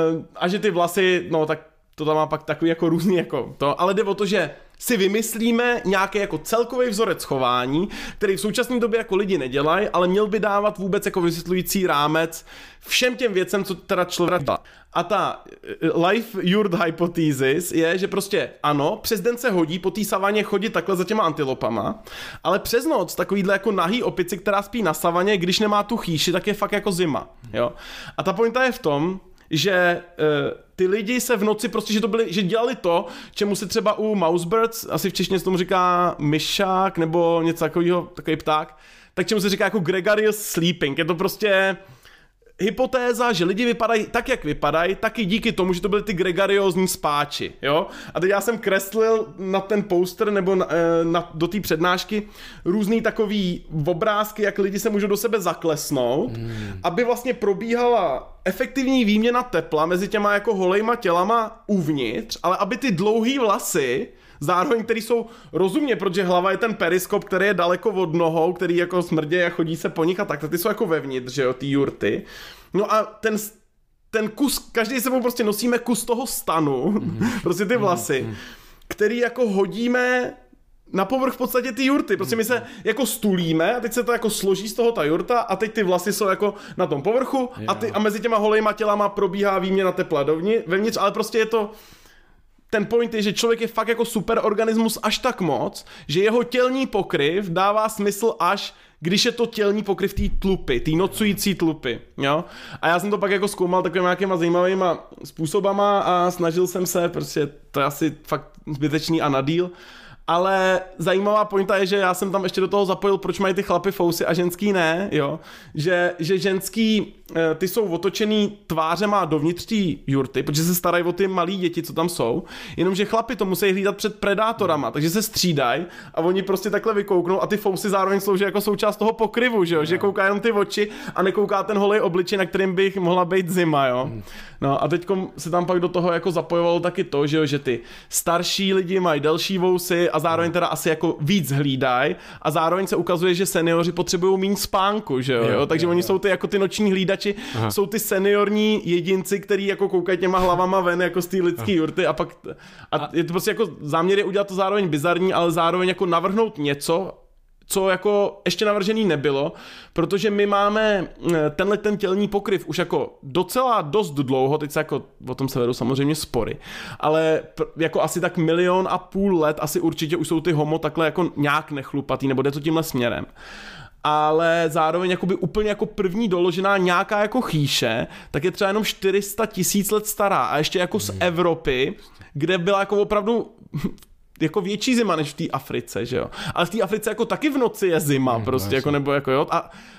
že ty vlasy, no tak to tam má pak takový jako různý jako to, ale jde o to, že si vymyslíme nějaký jako celkový vzorec chování, který v současné době jako lidi nedělají, ale měl by dávat vůbec jako vysvětlující rámec všem těm věcem, co teda člověk dá. A ta life yurt hypothesis je, že prostě ano, přes den se hodí po té savaně chodit takhle za těma antilopama, ale přes noc takovýhle jako nahý opici, která spí na savaně, když nemá tu chýši, tak je fakt jako zima, jo. A ta pointa je v tom, že ty lidi se v noci prostě, že dělali to, čemu se třeba u mousebirds, asi v češtině se tomu říká myšák nebo něco takového, takový pták, tak čemu se říká jako gregarious sleeping. Je to prostě hypotéza, že lidi vypadají tak, jak vypadají, taky díky tomu, že to byly ty gregariózní spáči, jo? A teď já jsem kreslil na ten poster nebo do té přednášky různý takový obrázky, jak lidi se můžou do sebe zaklesnout, aby vlastně probíhala efektivní výměna tepla mezi těma jako holejma tělama uvnitř, ale aby ty dlouhý vlasy zároveň, který jsou rozumně, protože hlava je ten periskop, který je daleko od nohou, který jako smrdí a chodí se po nich a tak ty jsou jako vevnitř, že jo, ty jurty. No a ten kus, každý sebou prostě nosíme kus toho stanu, prostě ty vlasy, který jako hodíme na povrch v podstatě ty jurty, prostě my se jako stulíme a teď se to jako složí z toho ta jurta a teď ty vlasy jsou jako na tom povrchu a mezi těma holejma tělama probíhá výměna tepla vevnitř, ale prostě je to ten point je, že člověk je fakt jako superorganismus až tak moc, že jeho tělní pokryv dává smysl až když je to tělní pokryv té tlupy, té nocující tlupy, jo. A já jsem to pak jako zkoumal takovými nějakýma zajímavýma způsobama a snažil jsem se, prostě to je asi fakt zbytečný a na díl. Ale zajímavá pointa je, že já jsem tam ještě do toho zapojil, proč mají ty chlapy fousy a ženský ne, jo. Že ženský, ty jsou otočený tvářema dovnitř té jurty, protože se starají o ty malí děti, co tam jsou, jenomže chlapi to musí hlídat před predátorama, takže se střídají a oni prostě takhle vykouknou a ty fousy zároveň slouží jako součást toho pokryvu, že jo, že kouká jenom ty oči a nekouká ten holej obličej, na kterým by mohla být zima, jo. No a teďkom se tam pak do toho jako zapojovalo taky to, že jo, že ty starší lidi mají delší vousy a zároveň teda asi jako víc hlídají a zároveň se ukazuje, že seniori potřebují méně spánku, že jo, takže oni jsou ty jako ty noční hlídači, jsou ty seniorní jedinci, který jako koukají těma hlavama ven jako z té lidské jurty a je to prostě jako záměr je udělat to zároveň bizarní, ale zároveň jako navrhnout něco, co jako ještě navržený nebylo, protože my máme tenhle ten tělní pokryv už jako docela dost dlouho, teď se jako o tom se vedou samozřejmě spory, ale jako asi tak 1,5 milionu let asi určitě už jsou ty homo takhle jako nějak nechlupatý, nebo jde to tímhle směrem. Ale zároveň jakoby úplně jako první doložená nějaká jako chýše, tak je třeba jenom 400 000 let stará a ještě jako z Evropy, kde byla jako opravdu jako větší zima než v té Africe, že jo. Ale v té Africe jako taky v noci je zima prostě, jako nebo jako jo.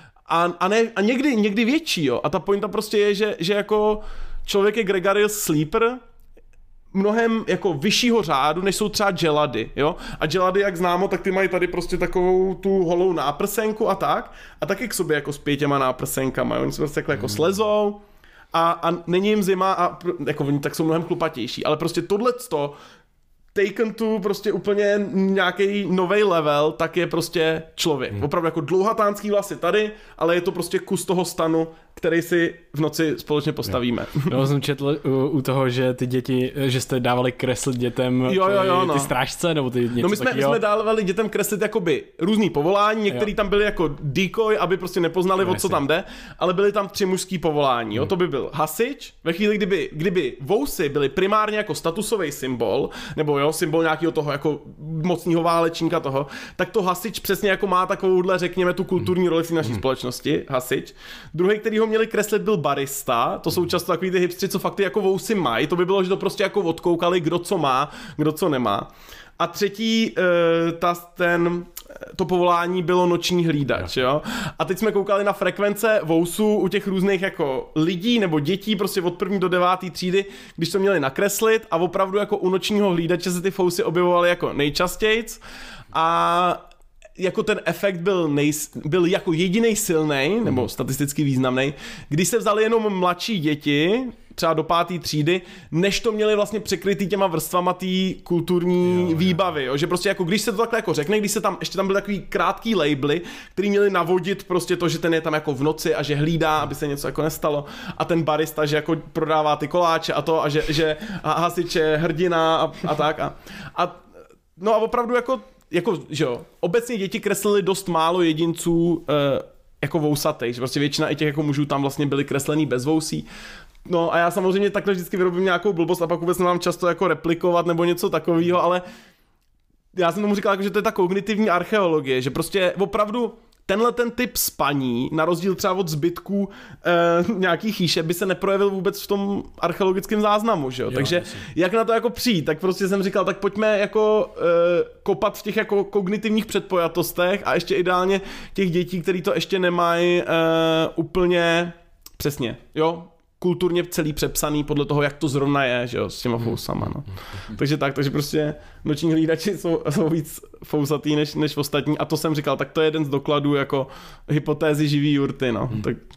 A někdy větší, jo. A ta pointa prostě je, že jako člověk je gregarious sleeper mnohem jako vyššího řádu, než jsou třeba dželady, jo. A dželady, jak známo, tak ty mají tady prostě takovou tu holou náprsenku a tak. A taky k sobě jako s 5 náprsenkama, jo. Oni se prostě jako slezou a není jim zima a jako oni tak jsou mnohem chlupatější. Ale prostě tohleto taken to prostě úplně nějaký nový level, tak je prostě člověk. Opravdu jako dlouhatánský vlasy tady, ale je to prostě kus toho stanu, který si v noci společně postavíme. No, jsem četl u toho, že ty děti, že jste dávali kreslit dětem ty strážce, nebo ty něco my jsme dávali dětem kreslit jakoby různý povolání, některý tam byly jako decoy, aby prostě nepoznali, o co tam jde, ale byly tam 3 mužský povolání. Jo? To by byl hasič, ve chvíli, kdyby vousy byly primárně jako statusový symbol, nebo jo, symbol nějakého toho jako mocného válečníka toho, tak to hasič přesně jako má takovouhle, řekněme, tu kulturní roli v naší společnosti, hasič. Druhý, který ho měli kreslit, byl barista, to jsou často takový ty hipstři, co fakt ty jako vousy mají, to by bylo, že to prostě jako odkoukali, kdo co má, kdo co nemá. A třetí, to povolání bylo noční hlídač, jo. A teď jsme koukali na frekvence vousů u těch různých jako lidí nebo dětí, prostě od 1. do 9. třídy, když to měli nakreslit a opravdu jako u nočního hlídače se ty fousy objevovaly jako nejčastějc a jako ten efekt byl jako jedinej silnej, nebo statisticky významný, když se vzali jenom mladší děti, třeba do 5. třídy, než to měli vlastně překrytý těma vrstvama té kulturní výbavy, jo? Že prostě jako když se to takhle jako řekne, když se tam, ještě tam byly takový krátký labely, který měli navodit prostě to, že ten je tam jako v noci a že hlídá, aby se něco jako nestalo a ten barista, že jako prodává ty koláče a to a že hasič je hrdina a tak no a opravdu jako že jo, obecně děti kreslily dost málo jedinců jako vousatej, že prostě většina i těch jako mužů tam vlastně byly kreslený bez vousí. No a já samozřejmě takhle vždycky vyrobím nějakou blbost a pak vůbec nemám často jako replikovat nebo něco takového, ale já jsem tomu říkal, jako, že to je ta kognitivní archeologie, že prostě opravdu tenhle ten typ spaní, na rozdíl třeba od zbytků nějaký chýše, by se neprojevil vůbec v tom archeologickém záznamu, že jo? Takže jak na to jako přijít, tak prostě jsem říkal, tak pojďme jako kopat v těch jako kognitivních předpojatostech a ještě ideálně těch dětí, který to ještě nemají úplně přesně, jo? Kulturně celý přepsaný podle toho, jak to zrovna je, že jo, s těma fousama, no. Takže prostě noční hlídači jsou víc fousatý než ostatní a to jsem říkal, tak to je jeden z dokladů jako hypotézy živý jurty, no.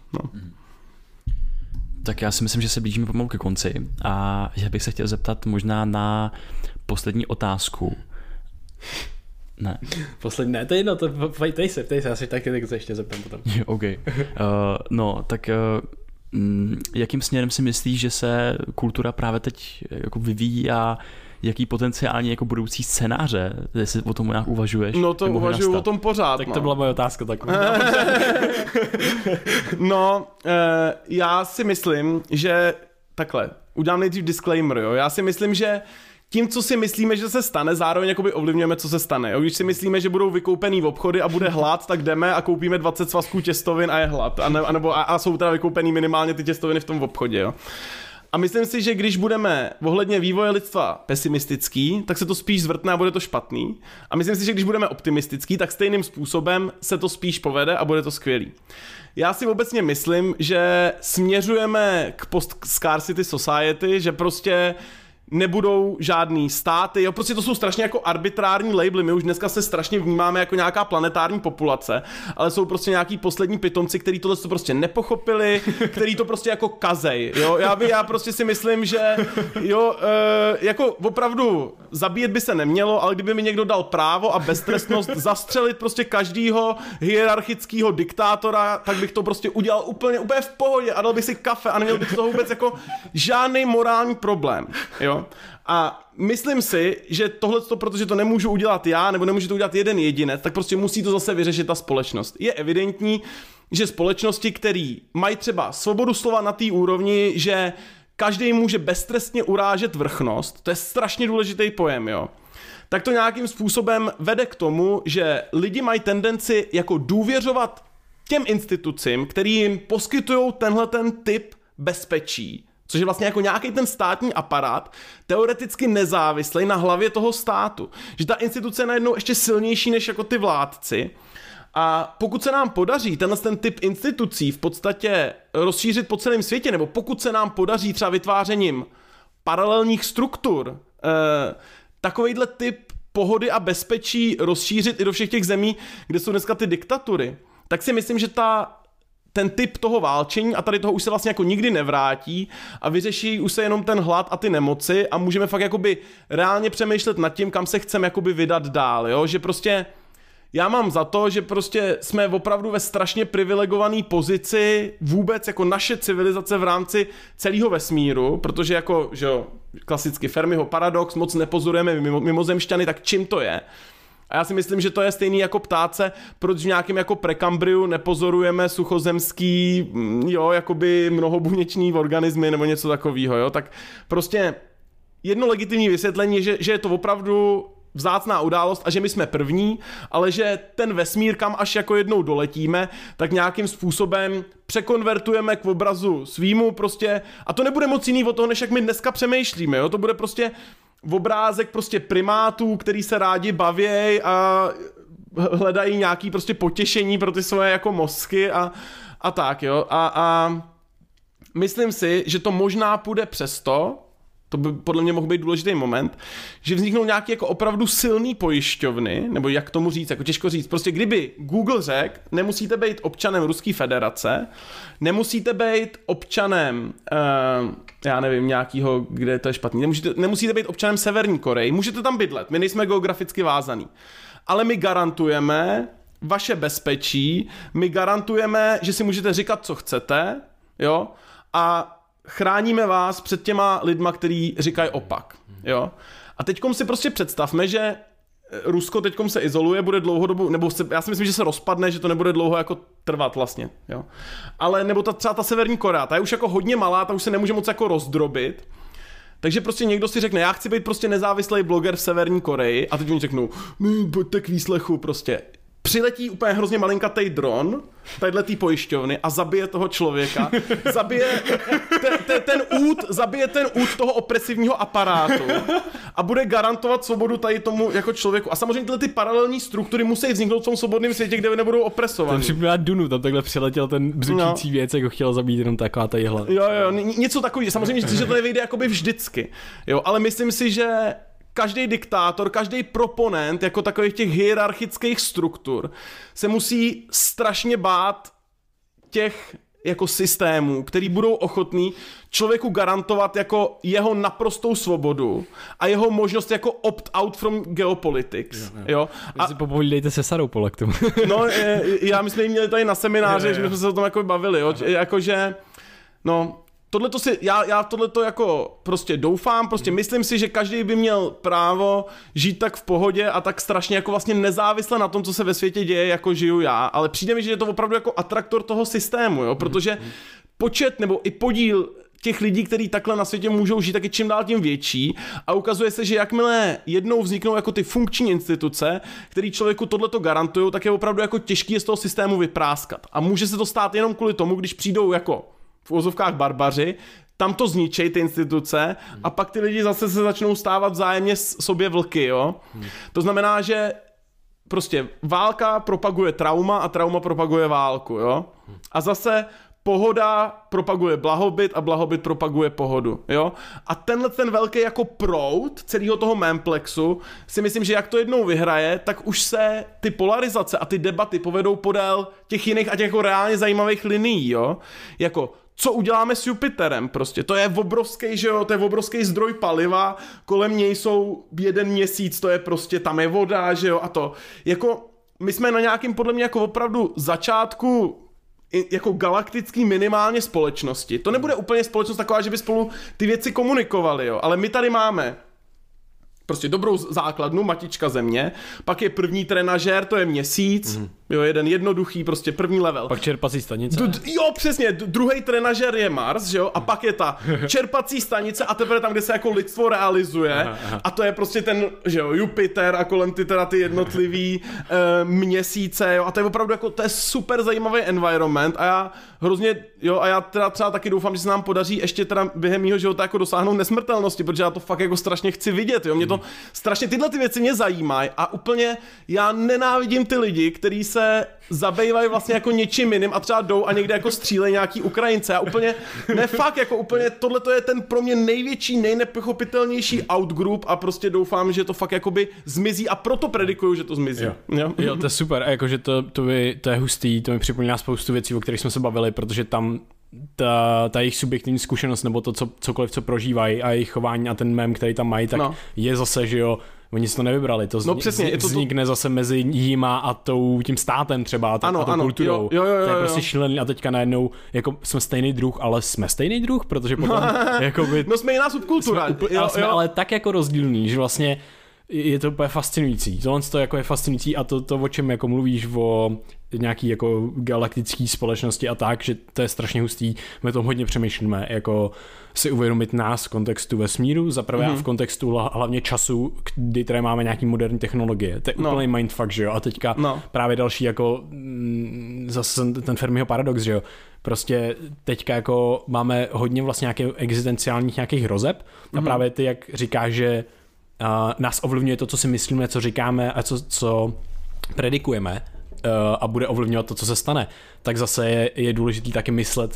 Tak já si myslím, že se blížíme pomalu ke konci a já bych se chtěl zeptat možná na poslední otázku. Ne. Poslední, ne, to je jedno, ptej se, já si taky se ještě zeptám potom. OK. No, tak jakým směrem si myslíš, že se kultura právě teď jako vyvíjí a jaký potenciálně jako budoucí scénáře, jestli o tom nějak uvažuješ? No to uvažuju o tom pořád. Tak to byla moje otázka. Tak. No, já si myslím, že takhle, udělám nejdřív disclaimer, jo. Já si myslím, že tím, co si myslíme, že se stane, zároveň jakoby ovlivňujeme, co se stane. Jo? Když si myslíme, že budou vykoupený v obchody a bude hlad, tak jdeme a koupíme 20 svazků těstovin a je hlad. A jsou teda vykoupený minimálně ty těstoviny v tom obchodě. Jo? A myslím si, že když budeme ohledně vývoje lidstva pesimistický, tak se to spíš zvrtne a bude to špatný. A myslím si, že když budeme optimistický, tak stejným způsobem se to spíš povede a bude to skvělý. Já si obecně myslím, že směřujeme k post-scarcity society, že prostě nebudou žádný státy, jo, prostě to jsou strašně jako arbitrární labely, my už dneska se strašně vnímáme jako nějaká planetární populace, ale jsou prostě nějaký poslední pitomci, kteří tohle prostě nepochopili, který to prostě jako kazej, jo, já prostě si myslím, že jo, jako opravdu zabíjet by se nemělo, ale kdyby mi někdo dal právo a beztrestnost zastřelit prostě každýho hierarchického diktátora, tak bych to prostě udělal úplně v pohodě a dal bych si kafe a neměl bych toho vůbec jako žádný morální problém, jo. A myslím si, že tohleto, protože to nemůžu udělat já, nebo nemůže to udělat jeden jedinec, tak prostě musí to zase vyřešit ta společnost. Je evidentní, že společnosti, které mají třeba svobodu slova na té úrovni, že každý může beztrestně urážet vrchnost, to je strašně důležitý pojem, jo. Tak to nějakým způsobem vede k tomu, že lidi mají tendenci jako důvěřovat těm institucím, který jim poskytují tenhle ten typ bezpečí, což je vlastně jako nějaký ten státní aparát, teoreticky nezávislý na hlavě toho státu. Že ta instituce je najednou ještě silnější než jako ty vládci. A pokud se nám podaří ten typ institucí v podstatě rozšířit po celém světě, nebo pokud se nám podaří třeba vytvářením paralelních struktur, takovejhle typ pohody a bezpečí rozšířit i do všech těch zemí, kde jsou dneska ty diktatury, tak si myslím, že ten typ toho válčení a tady toho už se vlastně jako nikdy nevrátí a vyřeší už se jenom ten hlad a ty nemoci a můžeme fakt jakoby reálně přemýšlet nad tím, kam se chceme jakoby vydat dál, jo, že prostě já mám za to, že prostě jsme opravdu ve strašně privilegované pozici vůbec jako naše civilizace v rámci celého vesmíru, protože jako, že jo, klasicky Fermiho paradox, moc nepozorujeme mimozemšťany, tak čím to je? A já si myslím, že to je stejný jako ptát se, proč v nějakém jako prekambriu nepozorujeme suchozemský, jo, jakoby mnohobuněční organismy nebo něco takového, jo, tak prostě jedno legitimní vysvětlení je, že je to opravdu vzácná událost a že my jsme první, ale že ten vesmír, kam až jako jednou doletíme, tak nějakým způsobem překonvertujeme k obrazu svýmu prostě a to nebude moc jiný od toho, než jak my dneska přemýšlíme, jo, to bude prostě obrázek prostě primátů, který se rádi bavějí a hledají nějaký prostě potěšení pro ty svoje jako mozky a tak, jo. A myslím si, že to možná půjde přesto, to by podle mě mohl být důležitý moment, že vzniknou nějaké jako opravdu silný pojišťovny, nebo jak tomu říct, jako těžko říct, prostě kdyby Google řekl, nemusíte být občanem Ruské federace, nemusíte být občanem, já nevím, nějakýho, kde to je špatný, nemusíte být občanem Severní Koreji, můžete tam bydlet, my nejsme geograficky vázaný, ale my garantujeme vaše bezpečí, my garantujeme, že si můžete říkat, co chcete, jo, a chráníme vás před těma lidma, který říkají opak, jo. A teďkom si prostě představme, že Rusko teďkom se izoluje, bude dlouhodobu, nebo já si myslím, že se rozpadne, že to nebude dlouho jako trvat vlastně, jo. Ale nebo třeba ta Severní Korea, ta je už jako hodně malá, ta už se nemůže moc jako rozdrobit. Takže prostě někdo si řekne, já chci být prostě nezávislý bloger v Severní Koreji a teď oni řeknou, pojďte k výslechu prostě. Přiletí úplně hrozně malinkatej dron tadyhletý pojišťovny a zabije toho člověka, zabije ten út toho opresivního aparátu a bude garantovat svobodu tady tomu jako člověku. A samozřejmě tyhle ty paralelní struktury musí vzniknout v tom svobodném světě, kde nebudou opresovaní. To připomíná Dunu, tam takhle přiletěl ten břičící věc, jako chtěl zabít jenom taková tadyhle. Jo, něco takového, samozřejmě, že to nevyjde jakoby vždycky, jo, ale myslím si, že každý diktátor, každý proponent jako takových těch hierarchických struktur se musí strašně bát těch jako systémů, který budou ochotní člověku garantovat jako jeho naprostou svobodu a jeho možnost jako opt-out from geopolitics. Jo. A si popovídejte se Sarou Polak tomu. No, my jsme ji měli tady na semináři, že jsme se o tom jako bavili, jo. Jakože, no, já tohleto jako prostě doufám, prostě myslím si, že každý by měl právo žít tak v pohodě a tak strašně jako vlastně nezávisle na tom, co se ve světě děje, jako žiju já, ale přijde mi, že je to opravdu jako atraktor toho systému, jo, protože počet nebo i podíl těch lidí, kteří takhle na světě můžou žít, tak je čím dál tím větší a ukazuje se, že jakmile jednou vzniknou jako ty funkční instituce, které člověku tohleto garantují, tak je opravdu jako těžký je z toho systému vypráskat. A může se to stát jenom kvůli tomu, když přijdou jako v uvozovkách barbaři, tam to zničej ty instituce a pak ty lidi zase se začnou stávat vzájemně sobě vlky, jo. To znamená, že prostě válka propaguje trauma a trauma propaguje válku, jo. A zase pohoda propaguje blahobyt a blahobyt propaguje pohodu, jo? A ten velký jako proud celého toho memplexu si myslím, že jak to jednou vyhraje, tak už se ty polarizace a ty debaty povedou podél těch jiných a těch jako reálně zajímavých linií, jo? Jako co uděláme s Jupiterem prostě, to je obrovský, že jo, to je obrovský zdroj paliva, kolem něj jsou 1 měsíc, to je prostě, tam je voda, že jo, a to, jako my jsme na nějakým podle mě jako opravdu začátku jako galaktický minimálně společnosti. To nebude úplně společnost taková, že by spolu ty věci komunikovali, jo, ale my tady máme prostě dobrou základnu, matička země, pak je první trenažér, to je měsíc, jo, jeden jednoduchý, prostě první level. Pak čerpací stanice. Jo, přesně, druhý trenažér je Mars, že jo, a pak je ta čerpací stanice a teprve tam, kde se jako lidstvo realizuje a to je prostě ten, že jo, Jupiter a kolem ty jednotlivý měsíce, jo, a to je opravdu jako, to je super zajímavý environment a já hrozně, jo, a já teda třeba taky doufám, že se nám podaří ještě teda během mýho života jako dosáhnout nesmrtelnosti, protože já to fakt jako strašně chci vidět, jo, mě to strašně, tyhle ty věci mě zajímají a úplně já nenávidím ty lidi, kteří se zabývají vlastně jako něčím jiným a třeba jdou a někde jako střílejí nějaký Ukrajince a úplně, ne fakt, jako úplně, tohle to je ten pro mě největší, nejnepochopitelnější outgroup a prostě doufám, že to fakt jakoby zmizí a proto predikuju, že to zmizí. Jo, to je super a jakože to je hustý, to mi připomíná spoustu věcí, o kterých jsme se bavili, protože tam ta jejich subjektivní zkušenost nebo to, cokoliv, co prožívají a jejich chování a ten mem, který tam mají, tak je zase, že jo, oni si to nevybrali, to přesně, vznikne zase mezi jima a tím státem třeba a tou kulturou. Jo. To je prostě šílený a teďka najednou jako jsme stejný druh, ale jsme stejný druh, protože potom jakoby... No jsme jiná subkultura. Jsme ale tak jako rozdílný, že vlastně je to úplně fascinující. Tohle jako je fascinující a to, o čem jako mluvíš o nějaký jako galaktický společnosti a tak, že to je strašně hustý. My to hodně přemýšlíme, jako si uvědomit nás v kontextu vesmíru, zaprvé a v kontextu hlavně času, kdy tady máme nějaký moderní technologie. To je úplný mindfuck, že jo? A teďka právě další jako zase ten Fermiho paradox, že jo? Prostě teďka jako máme hodně vlastně nějakých existenciálních nějakých hrozeb a právě ty, jak říkáš, že nás ovlivňuje to, co si myslíme, co říkáme a co predikujeme a bude ovlivňovat to, co se stane, tak zase je důležitý taky myslet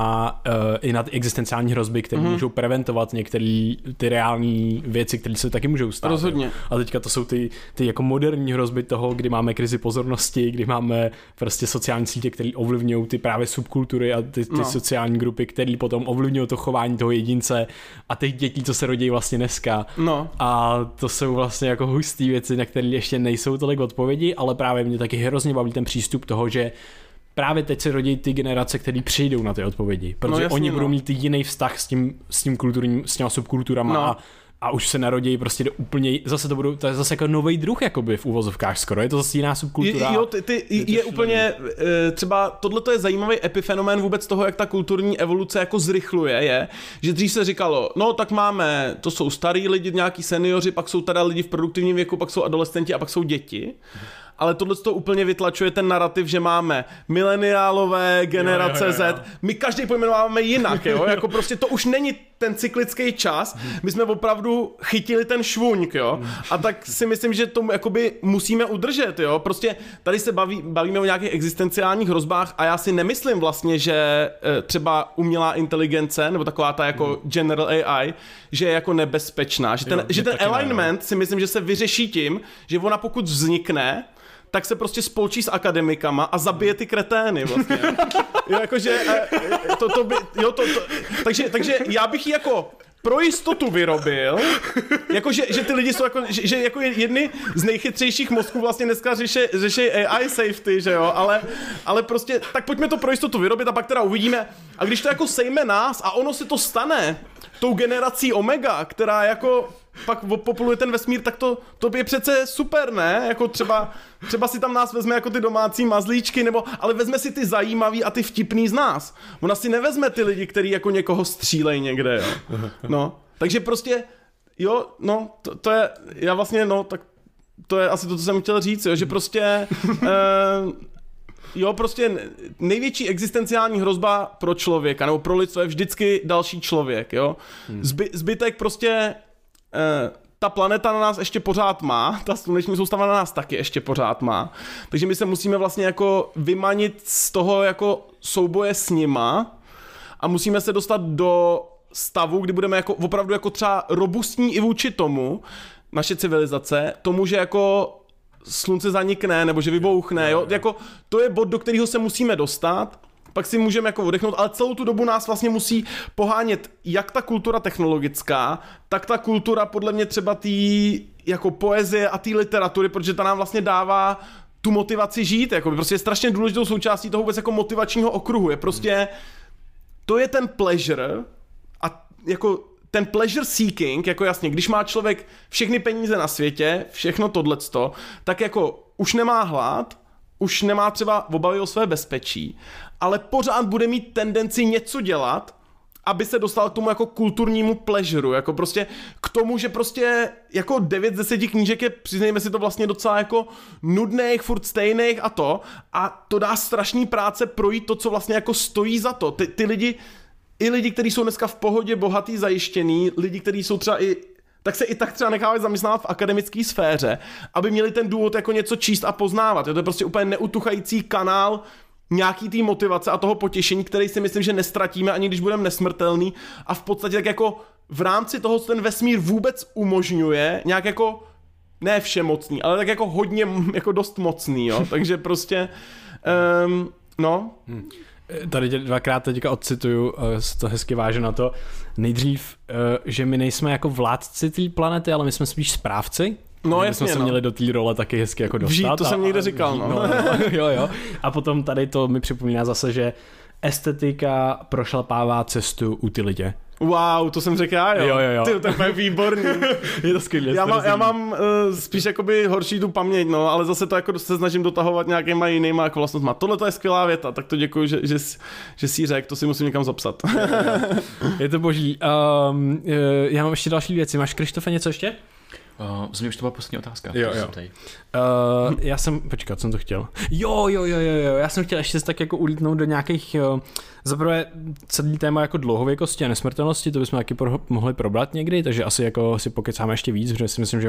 i na ty existenciální hrozby, které můžou preventovat některé ty reální věci, které se taky můžou stát. Rozhodně. A teďka to jsou ty jako moderní hrozby toho, kdy máme krizi pozornosti, kdy máme prostě sociální sítě, které ovlivňují ty právě subkultury a ty sociální grupy, které potom ovlivňují to chování toho jedince a těch dětí, co se rodí vlastně dneska. A to jsou vlastně jako hustý věci, na které ještě nejsou tolik odpovědi, ale právě mě taky hrozně baví ten přístup toho, že právě teď se rodí ty generace, které přijdou na ty odpovědi, protože oni budou mít jiný vztah s tím kulturním, s těma subkulturama a už se narodí prostě do úplně, to je zase jako nový druh jakoby v uvozovkách skoro, je to zase jiná subkultura. Je úplně, třeba tohleto je zajímavý epifenomén vůbec toho, jak ta kulturní evoluce jako zrychluje, že dřív se říkalo, no tak máme, to jsou starý lidi, nějaký seniori, pak jsou teda lidi v produktivním věku, pak jsou adolescenti a pak jsou děti. Ale tohle to úplně vytlačuje ten narrativ, že máme mileniálové, generace Z, my každý pojmenováváme jinak, jo, jako prostě to už není ten cyklický čas, my jsme opravdu chytili ten švůňk, jo, a tak si myslím, že tomu jakoby musíme udržet, jo, prostě tady se bavíme o nějakých existenciálních hrozbách a já si nemyslím vlastně, že třeba umělá inteligence, nebo taková ta jako general AI, že je jako nebezpečná, že ten alignment si myslím, že se vyřeší tím, že ona pokud vznikne, tak se prostě spolčí s akademikama a zabije ty kretény vlastně. Jo, jakože, takže já bych ji jako pro jistotu vyrobil, jakože že ty lidi jsou jako, že jako jedny z nejchytřejších mozků vlastně dneska řeší AI safety, že jo, ale prostě, tak pojďme to pro jistotu vyrobit a pak teda uvidíme, a když to jako sejme nás a ono se to stane, tou generací Omega, která jako pak populuje ten vesmír, tak to je přece super, ne? Jako třeba si tam nás vezme jako ty domácí mazlíčky, ale vezme si ty zajímavý a ty vtipný z nás. Ona si nevezme ty lidi, kteří jako někoho střílej někde, jo. No, takže prostě, jo, no, to je, já vlastně, no, tak to je asi to, co jsem chtěl říct, jo, že prostě... Jo, prostě největší existenciální hrozba pro člověka, nebo pro lidstvo je vždycky další člověk, jo. Zbytek prostě, ta planeta na nás ještě pořád má, ta sluneční soustava na nás taky ještě pořád má, takže my se musíme vlastně jako vymanit z toho jako souboje s nima a musíme se dostat do stavu, kdy budeme jako opravdu jako třeba robustní i vůči tomu, naše civilizace, tomu, že jako slunce zanikne, nebo že vybouchne, jo, jako to je bod, do kterého se musíme dostat, pak si můžeme jako odechnout, ale celou tu dobu nás vlastně musí pohánět jak ta kultura technologická, tak ta kultura podle mě třeba tý jako poezie a té literatury, protože ta nám vlastně dává tu motivaci žít, jako prostě je strašně důležitou součástí toho vůbec jako motivačního okruhu, je prostě, to je ten pleasure a jako ten pleasure seeking, jako jasně, když má člověk všechny peníze na světě, všechno tohleto, tak jako už nemá hlad, už nemá třeba obavy o své bezpečí, ale pořád bude mít tendenci něco dělat, aby se dostal k tomu jako kulturnímu pleasureu, jako prostě k tomu, že prostě jako 9 z 10 knížek je, přiznejme si to, vlastně docela jako nudných, furt stejných a to dá strašný práce projít to, co vlastně jako stojí za to. Ty lidi, i lidi, kteří jsou dneska v pohodě, bohatý, zajištěný, lidi, kteří jsou třeba tak se i tak třeba nechávají zaměstnávat v akademické sféře, aby měli ten důvod jako něco číst a poznávat. To je prostě úplně neutuchající kanál nějaký té motivace a toho potěšení, který si myslím, že nestratíme, ani když budeme nesmrtelný a v podstatě tak jako v rámci toho, co ten vesmír vůbec umožňuje, nějak jako ne všemocný, ale tak jako hodně, jako dost mocný, jo. Takže prostě, no... Tady tě dvakrát teďka odcituju, to hezky vážu na to. Nejdřív, že my nejsme jako vládci té planety, ale my jsme spíš správci. No my jasně, jsme se měli do té role taky hezky jako dostat. Vžít, to jsem někde říkal, no. Jo. A potom tady to mi připomíná zase, že estetika prošlapává cestu utilitě. Wow, to jsem řekl já, jo. Jo. Ty, to je výborný. Je to skvělé. Já mám spíš jakoby horší tu paměť, no, ale zase to jako se snažím dotahovat nějakýma jinýma jako vlastnostma. Tohle to je skvělá věta, tak to děkuji, že jsi řekl, to si musím někam zapsat. Je to boží. Já mám ještě další věci. Máš, Krištofe, něco ještě? Zřejmě už to byla poslední otázka. Jo. Já jsem, počkat, jsem to chtěl. Jo, já jsem chtěl ještě tak jako ulítnout do nějakých, zaprvé celý téma jako dlouhověkosti a nesmrtelnosti, to bychom taky mohli probrat někdy, takže asi jako si pokecáme ještě víc, protože si myslím,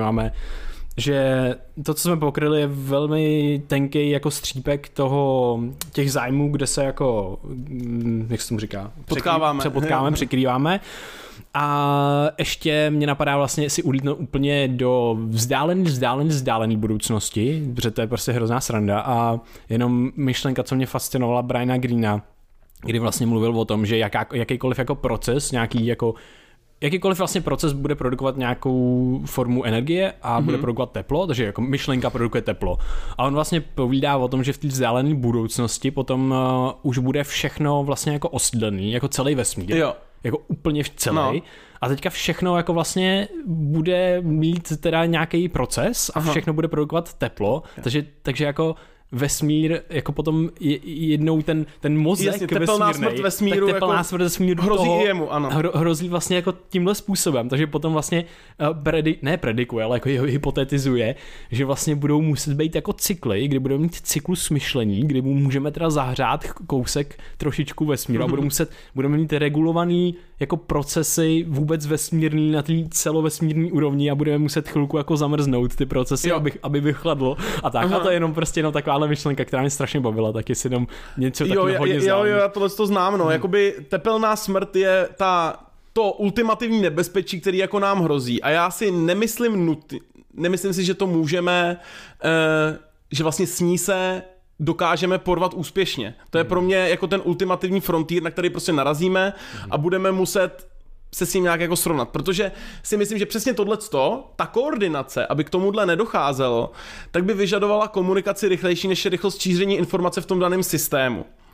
že to, co jsme pokryli, je velmi tenký jako střípek těch zájmů, kde se jako, jak se tomu říká? Potkáváme. Překrýváme. A ještě mě napadá vlastně si ulítnout úplně do vzdálený budoucnosti, protože to je prostě hrozná sranda a jenom myšlenka, co mě fascinovala Briana Greena, kdy vlastně mluvil o tom, že jakýkoliv jako proces, jakýkoliv vlastně proces bude produkovat nějakou formu energie a bude produkovat teplo, takže jako myšlenka produkuje teplo. A on vlastně povídá o tom, že v té vzdálené budoucnosti potom už bude všechno vlastně jako osídlený, jako celý vesmír. Jo. Jako úplně celý. No. A teďka všechno jako vlastně bude mít teda nějaký proces a všechno bude produkovat teplo, takže jako vesmír, jako potom jednou ten mozek jasně, tepelná smrt vesmíru, tak tepelná smrt vesmíru hrozí toho, i jemu, ano. Hrozí vlastně jako tímhle způsobem, takže potom vlastně predikuje, ale jako hypotetizuje, že vlastně budou muset být jako cykly, kdy budeme mít cyklus myšlení, kdy můžeme teda zahřát kousek trošičku vesmíru a budeme mít regulovaný jako procesy vůbec vesmírný na té celovesmírní úrovni a budeme muset chvilku jako zamrznout ty procesy, aby vychladlo a tak. A to je jenom prostě jenom takováhle myšlenka, která mě strašně bavila, tak jestli jenom něco takového hodně znám. Jo, já tohle to znám, no. Jakoby tepelná smrt je to ultimativní nebezpečí, který jako nám hrozí. A já si nemyslím si, že to můžeme, že vlastně s ní se dokážeme porvat úspěšně. To je pro mě jako ten ultimativní frontýr, na který prostě narazíme a budeme muset se s tím nějak jako srovnat, protože si myslím, že přesně tohleto, ta koordinace, aby k tomuhle nedocházelo, tak by vyžadovala komunikaci rychlejší než je rychlost šíření informace v tom daném systému.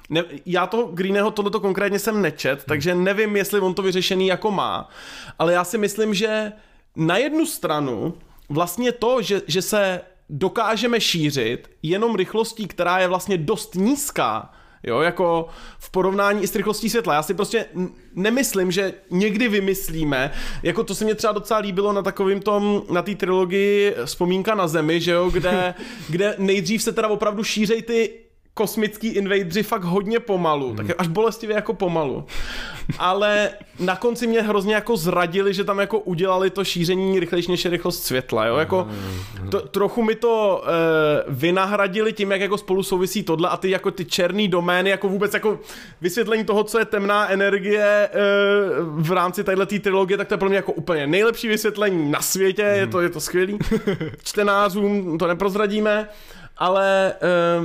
já toho Greeneho tohleto konkrétně jsem nečet, takže nevím, jestli on to vyřešený jako má, ale já si myslím, že na jednu stranu vlastně to, že se dokážeme šířit jenom rychlostí, která je vlastně dost nízká, jo, jako v porovnání i s rychlostí světla. Já si prostě nemyslím, že někdy vymyslíme, jako to se mě třeba docela líbilo na té trilogii Vzpomínka na Zemi, že jo, kde nejdřív se teda opravdu šířej ty kosmický invadři fakt hodně pomalu, tak až bolestivě jako pomalu. Ale na konci mě hrozně jako zradili, že tam jako udělali to šíření rychlejší než je rychlost světla, jo, jako trochu mi to vynahradili tím, jak jako spolu souvisí tohle a ty jako ty černý domény, jako vůbec jako vysvětlení toho, co je temná energie v rámci téhletý trilogie, tak to je pro mě jako úplně nejlepší vysvětlení na světě, je to skvělý. Čtenářům to neprozradíme, ale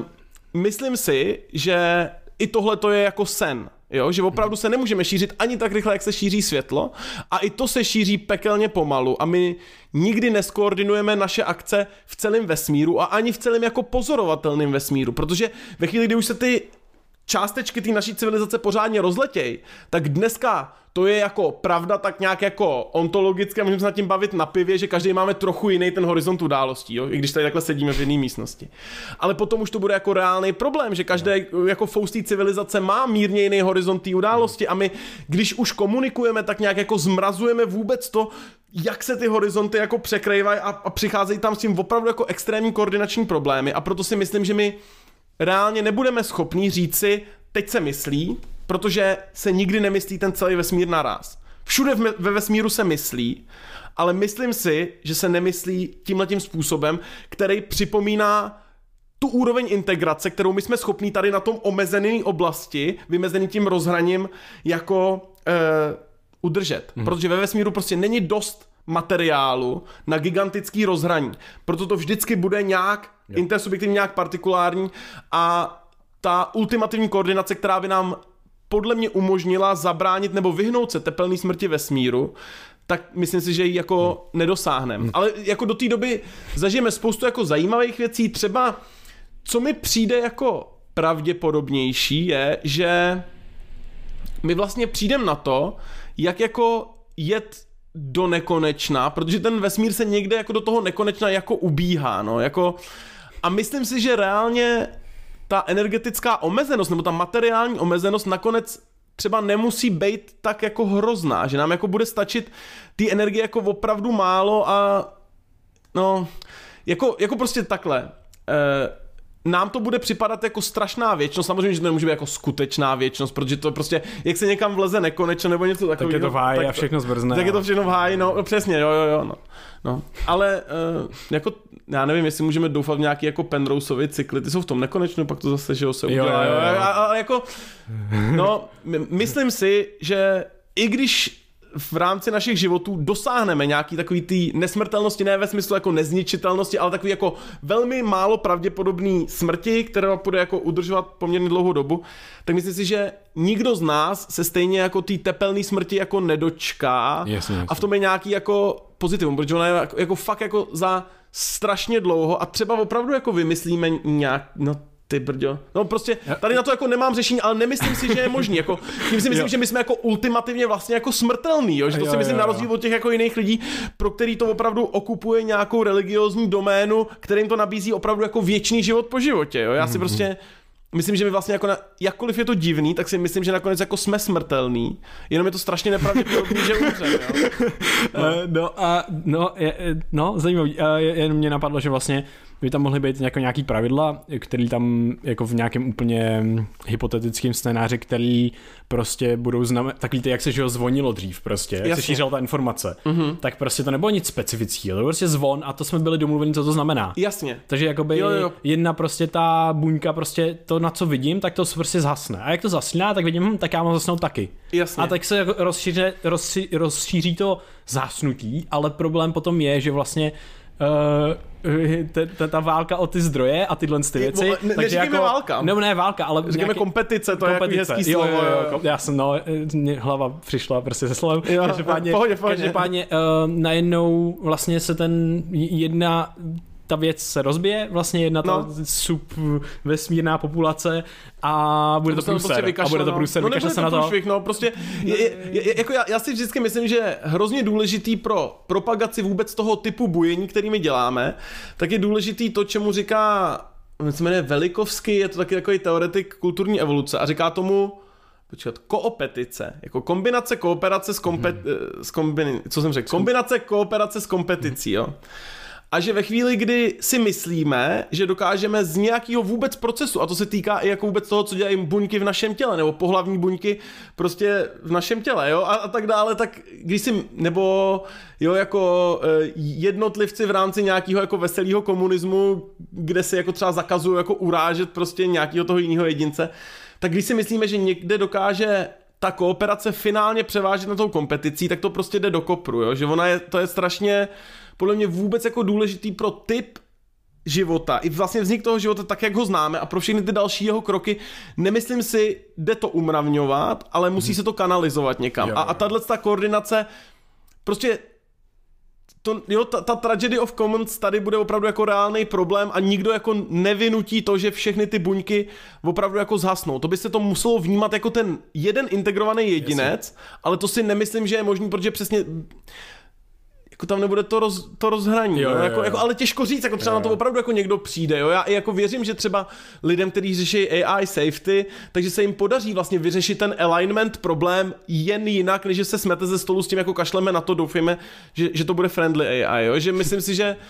myslím si, že i tohle to je jako sen, jo? Že opravdu se nemůžeme šířit ani tak rychle, jak se šíří světlo a i to se šíří pekelně pomalu a my nikdy neskoordinujeme naše akce v celém vesmíru a ani v celém jako pozorovatelném vesmíru, protože ve chvíli, kdy už se ty částečky té naší civilizace pořádně rozletějí, tak dneska to je jako pravda tak nějak jako ontologické, můžeme se nad tím bavit na pivě, že každý máme trochu jiný ten horizont událostí, jo? I když tady takhle sedíme v jedné místnosti. Ale potom už to bude jako reálný problém, že každé jako foustý civilizace má mírně jiný horizont té události a my, když už komunikujeme, tak nějak jako zmrazujeme vůbec to, jak se ty horizonty jako překrývají a přicházejí tam s tím opravdu jako extrémní koordinační problémy a proto si myslím, že my reálně nebudeme schopní říci, teď se myslí, protože se nikdy nemyslí ten celý vesmír naraz. Všude ve vesmíru se myslí, ale myslím si, že se nemyslí tímhletím způsobem, který připomíná tu úroveň integrace, kterou my jsme schopní tady na tom omezené oblasti, vymezený tím rozhraním, jako udržet. Protože ve vesmíru prostě není dost materiálu na gigantický rozhraní. Proto to vždycky bude nějak intersubjektivní, nějak partikulární a ta ultimativní koordinace, která by nám podle mě umožnila zabránit nebo vyhnout se tepelné smrti vesmíru, tak myslím si, že ji jako nedosáhneme. Ale jako do té doby zažijeme spoustu jako zajímavých věcí. Třeba, co mi přijde jako pravděpodobnější je, že my vlastně přijdeme na to, jak jako jet do nekonečna, protože ten vesmír se někde jako do toho nekonečna jako ubíhá, no, jako a myslím si, že reálně ta energetická omezenost nebo ta materiální omezenost nakonec třeba nemusí být tak jako hrozná, že nám jako bude stačit ty energie jako opravdu málo a no, jako prostě takhle. Nám to bude připadat jako strašná věčnost, samozřejmě, že to nemůže být jako skutečná věčnost, protože to prostě, jak se někam vleze nekonečno nebo něco takového. Tak je to v háji a všechno zbrzne. Tak je to všechno v háji, no přesně, jo, no. Ale jako, já nevím, jestli můžeme doufat v nějaký jako Penroseovy cykly, ty jsou v tom nekonečno, pak to zase, že jo, se udělá, jo. A jako, no, myslím si, že i když v rámci našich životů dosáhneme nějaký takový ty nesmrtelnosti, ne ve smyslu jako nezničitelnosti, ale takový jako velmi málo pravděpodobný smrti, která bude jako udržovat poměrně dlouhou dobu, tak myslím si, že nikdo z nás se stejně jako té tepelné smrti jako nedočká. Jasně. A v tom je nějaký jako pozitivum, protože ona je jako fakt jako za strašně dlouho a třeba opravdu jako vymyslíme nějak, no ty brďo. No prostě tady na to jako nemám řešení, ale nemyslím si, že je možný. Jako, tím si myslím, že my jsme jako ultimativně vlastně jako smrtelný, jo? Že to si myslím na rozdíl od těch jako jiných lidí, pro který to opravdu okupuje nějakou religiózní doménu, kterým to nabízí opravdu jako věčný život po životě. Jo? Já si prostě myslím, že my vlastně jako jakkoliv je to divný, tak si myslím, že nakonec jako jsme smrtelný, jenom je to strašně nepravděpodobný, že umřeme. No, zajímavý. Jen mě napadlo, že vlastně by tam mohly být nějaký pravidla, který tam jako v nějakém úplně hypotetickém scénáři, který prostě budou znamenat, takový ty, jak se že zvonilo dřív prostě, jak se šířila ta informace, tak prostě to nebylo nic specifického, to bylo prostě zvon a to jsme byli domluveni, co to znamená. Jasně. Takže jakoby jedna prostě ta buňka, prostě to, na co vidím, tak to prostě zhasne. A jak to zasíná, tak vidím, tak já mám zasnout taky. Jasně. A tak se rozšíří to zhasnutí, ale problém potom je, že vlastně ta válka o ty zdroje a tyhle ty věci. Takže jako válka. Ne válka, ale říkáme kompetice, to je jako hezký slovo. Jo. Já jsem, hlava přišla prostě se slovem. Pohodě. Každopádně najednou vlastně se ta věc se rozbije, vlastně jedna ta subvesmírná populace a bude to průser. A bude to průser, vykašle se na to. Prostě jako já si vždycky myslím, že hrozně důležitý pro propagaci vůbec toho typu bujení, který my děláme, tak je důležitý to, čemu říká, se jmenuje Velikovský, je to taky takový teoretik kulturní evoluce a říká tomu koopetice, jako kombinace kooperace kombinace kooperace s kompeticí, jo. A že ve chvíli, kdy si myslíme, že dokážeme z nějakého vůbec procesu, a to se týká i jako vůbec toho, co dělají buňky v našem těle, nebo pohlavní buňky prostě v našem těle, jo, a tak dále, tak když si, nebo jo, jako jednotlivci v rámci nějakého jako veselého komunismu, kde se jako třeba zakazují jako urážet prostě nějakého toho jiného jedince, tak když si myslíme, že někde dokáže ta kooperace finálně převážet na tou kompeticí, tak to prostě jde do kopru, jo? Že to je strašně podle mě vůbec jako důležitý pro typ života i vlastně vznik toho života tak, jak ho známe a pro všechny ty další jeho kroky, nemyslím si, jde to umravňovat, ale musí se to kanalizovat někam. A tato koordinace prostě ta tragedy of commons tady bude opravdu jako reálný problém a nikdo jako nevynutí to, že všechny ty buňky opravdu jako zhasnou. To by se to muselo vnímat jako ten jeden integrovaný jedinec, ale to si nemyslím, že je možný, protože přesně jako tam nebude to rozhraní, jako, ale těžko říct, jako třeba na to opravdu jako někdo přijde, jo, já i jako věřím, že třeba lidem, kteří řeší AI safety, takže se jim podaří vlastně vyřešit ten alignment problém jen jinak, než že se smete ze stolu s tím, jako kašleme na to, doufejme, že to bude friendly AI, jo, že myslím si, že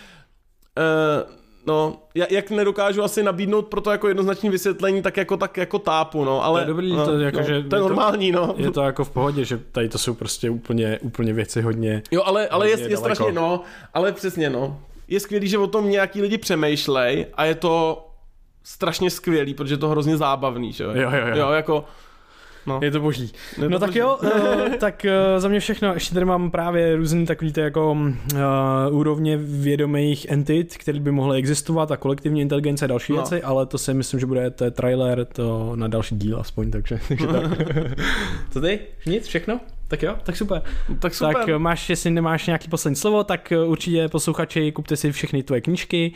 jak nedokážu asi nabídnout pro to jako jednoznačné vysvětlení, tak jako tápu, no, ale... To je dobrý, to, jako, že to je normální, no. Je to jako v pohodě, že tady to jsou prostě úplně věci hodně... Jo, ale je strašně, no, ale přesně, no. Je skvělý, že o tom nějaký lidi přemýšlej a je to strašně skvělý, protože je to hrozně zábavný, že jo. Jo, jako... No. Je to boží. No tak jo, tak za mě všechno. Ještě tady mám právě různý takový ty jako úrovně vědomých entit, které by mohly existovat a kolektivní inteligence a další věci, ale to si myslím, že bude to je trailer to na další díl aspoň, takže tak. Co ty? Nic? Všechno? Tak jo, tak super. Tak máš, jestli nemáš nějaký poslední slovo, tak určitě posluchači, kupte si všechny tvoje knížky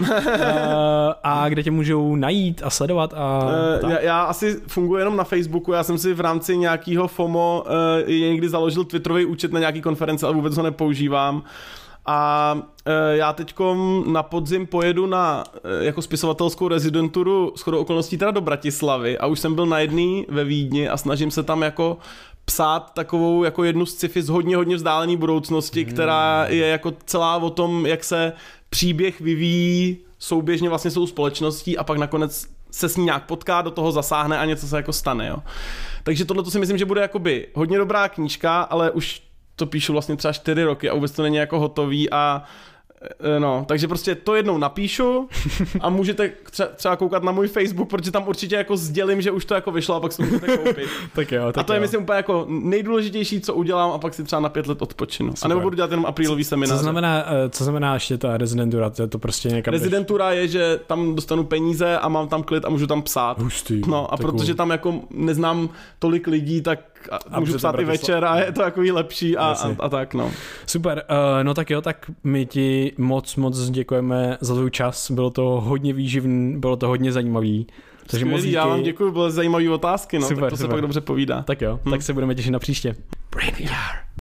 a kde tě můžou najít a sledovat a já asi funguji jenom na Facebooku, já jsem si v rámci nějakého FOMO někdy založil Twitterový účet na nějaký konference, ale vůbec ho nepoužívám. A já teďkom na podzim pojedu na jako spisovatelskou rezidenturu shodou okolností teda do Bratislavy a už jsem byl na jedný ve Vídni a snažím se tam jako psát takovou jako jednu z sci-fi z hodně vzdálené budoucnosti, která je jako celá o tom, jak se příběh vyvíjí souběžně vlastně s tou společností a pak nakonec se s ní nějak potká, do toho zasáhne a něco se jako stane, jo. Takže tohle to si myslím, že bude jakoby hodně dobrá knížka, ale už to píšu vlastně třeba 4 roky a vůbec to není jako hotový a no, takže prostě to jednou napíšu a můžete třeba koukat na můj Facebook, protože tam určitě jako sdělím, že už to jako vyšlo a pak si to můžete koupit. Tak jo, a to je myslím úplně jako nejdůležitější, co udělám a pak si třeba na 5 let odpočinu. A nebo budu dělat jenom aprílový seminář. Co znamená ještě ta rezidentura? To prostě někam rezidentura je, že tam dostanu peníze a mám tam klid a můžu tam psát. Hustý. No a protože tam jako neznám tolik lidí, tak můžu psát i večer a je to jako lepší a tak, no. Super, no tak jo, tak my ti moc děkujeme za tvůj čas, bylo to hodně výživný, bylo to hodně zajímavý. Takže moc díky. Já vám děkuji, byly zajímavé otázky, no, super, tak to se pak dobře povídá. Tak jo, tak se budeme těšit na příště. Brain VR.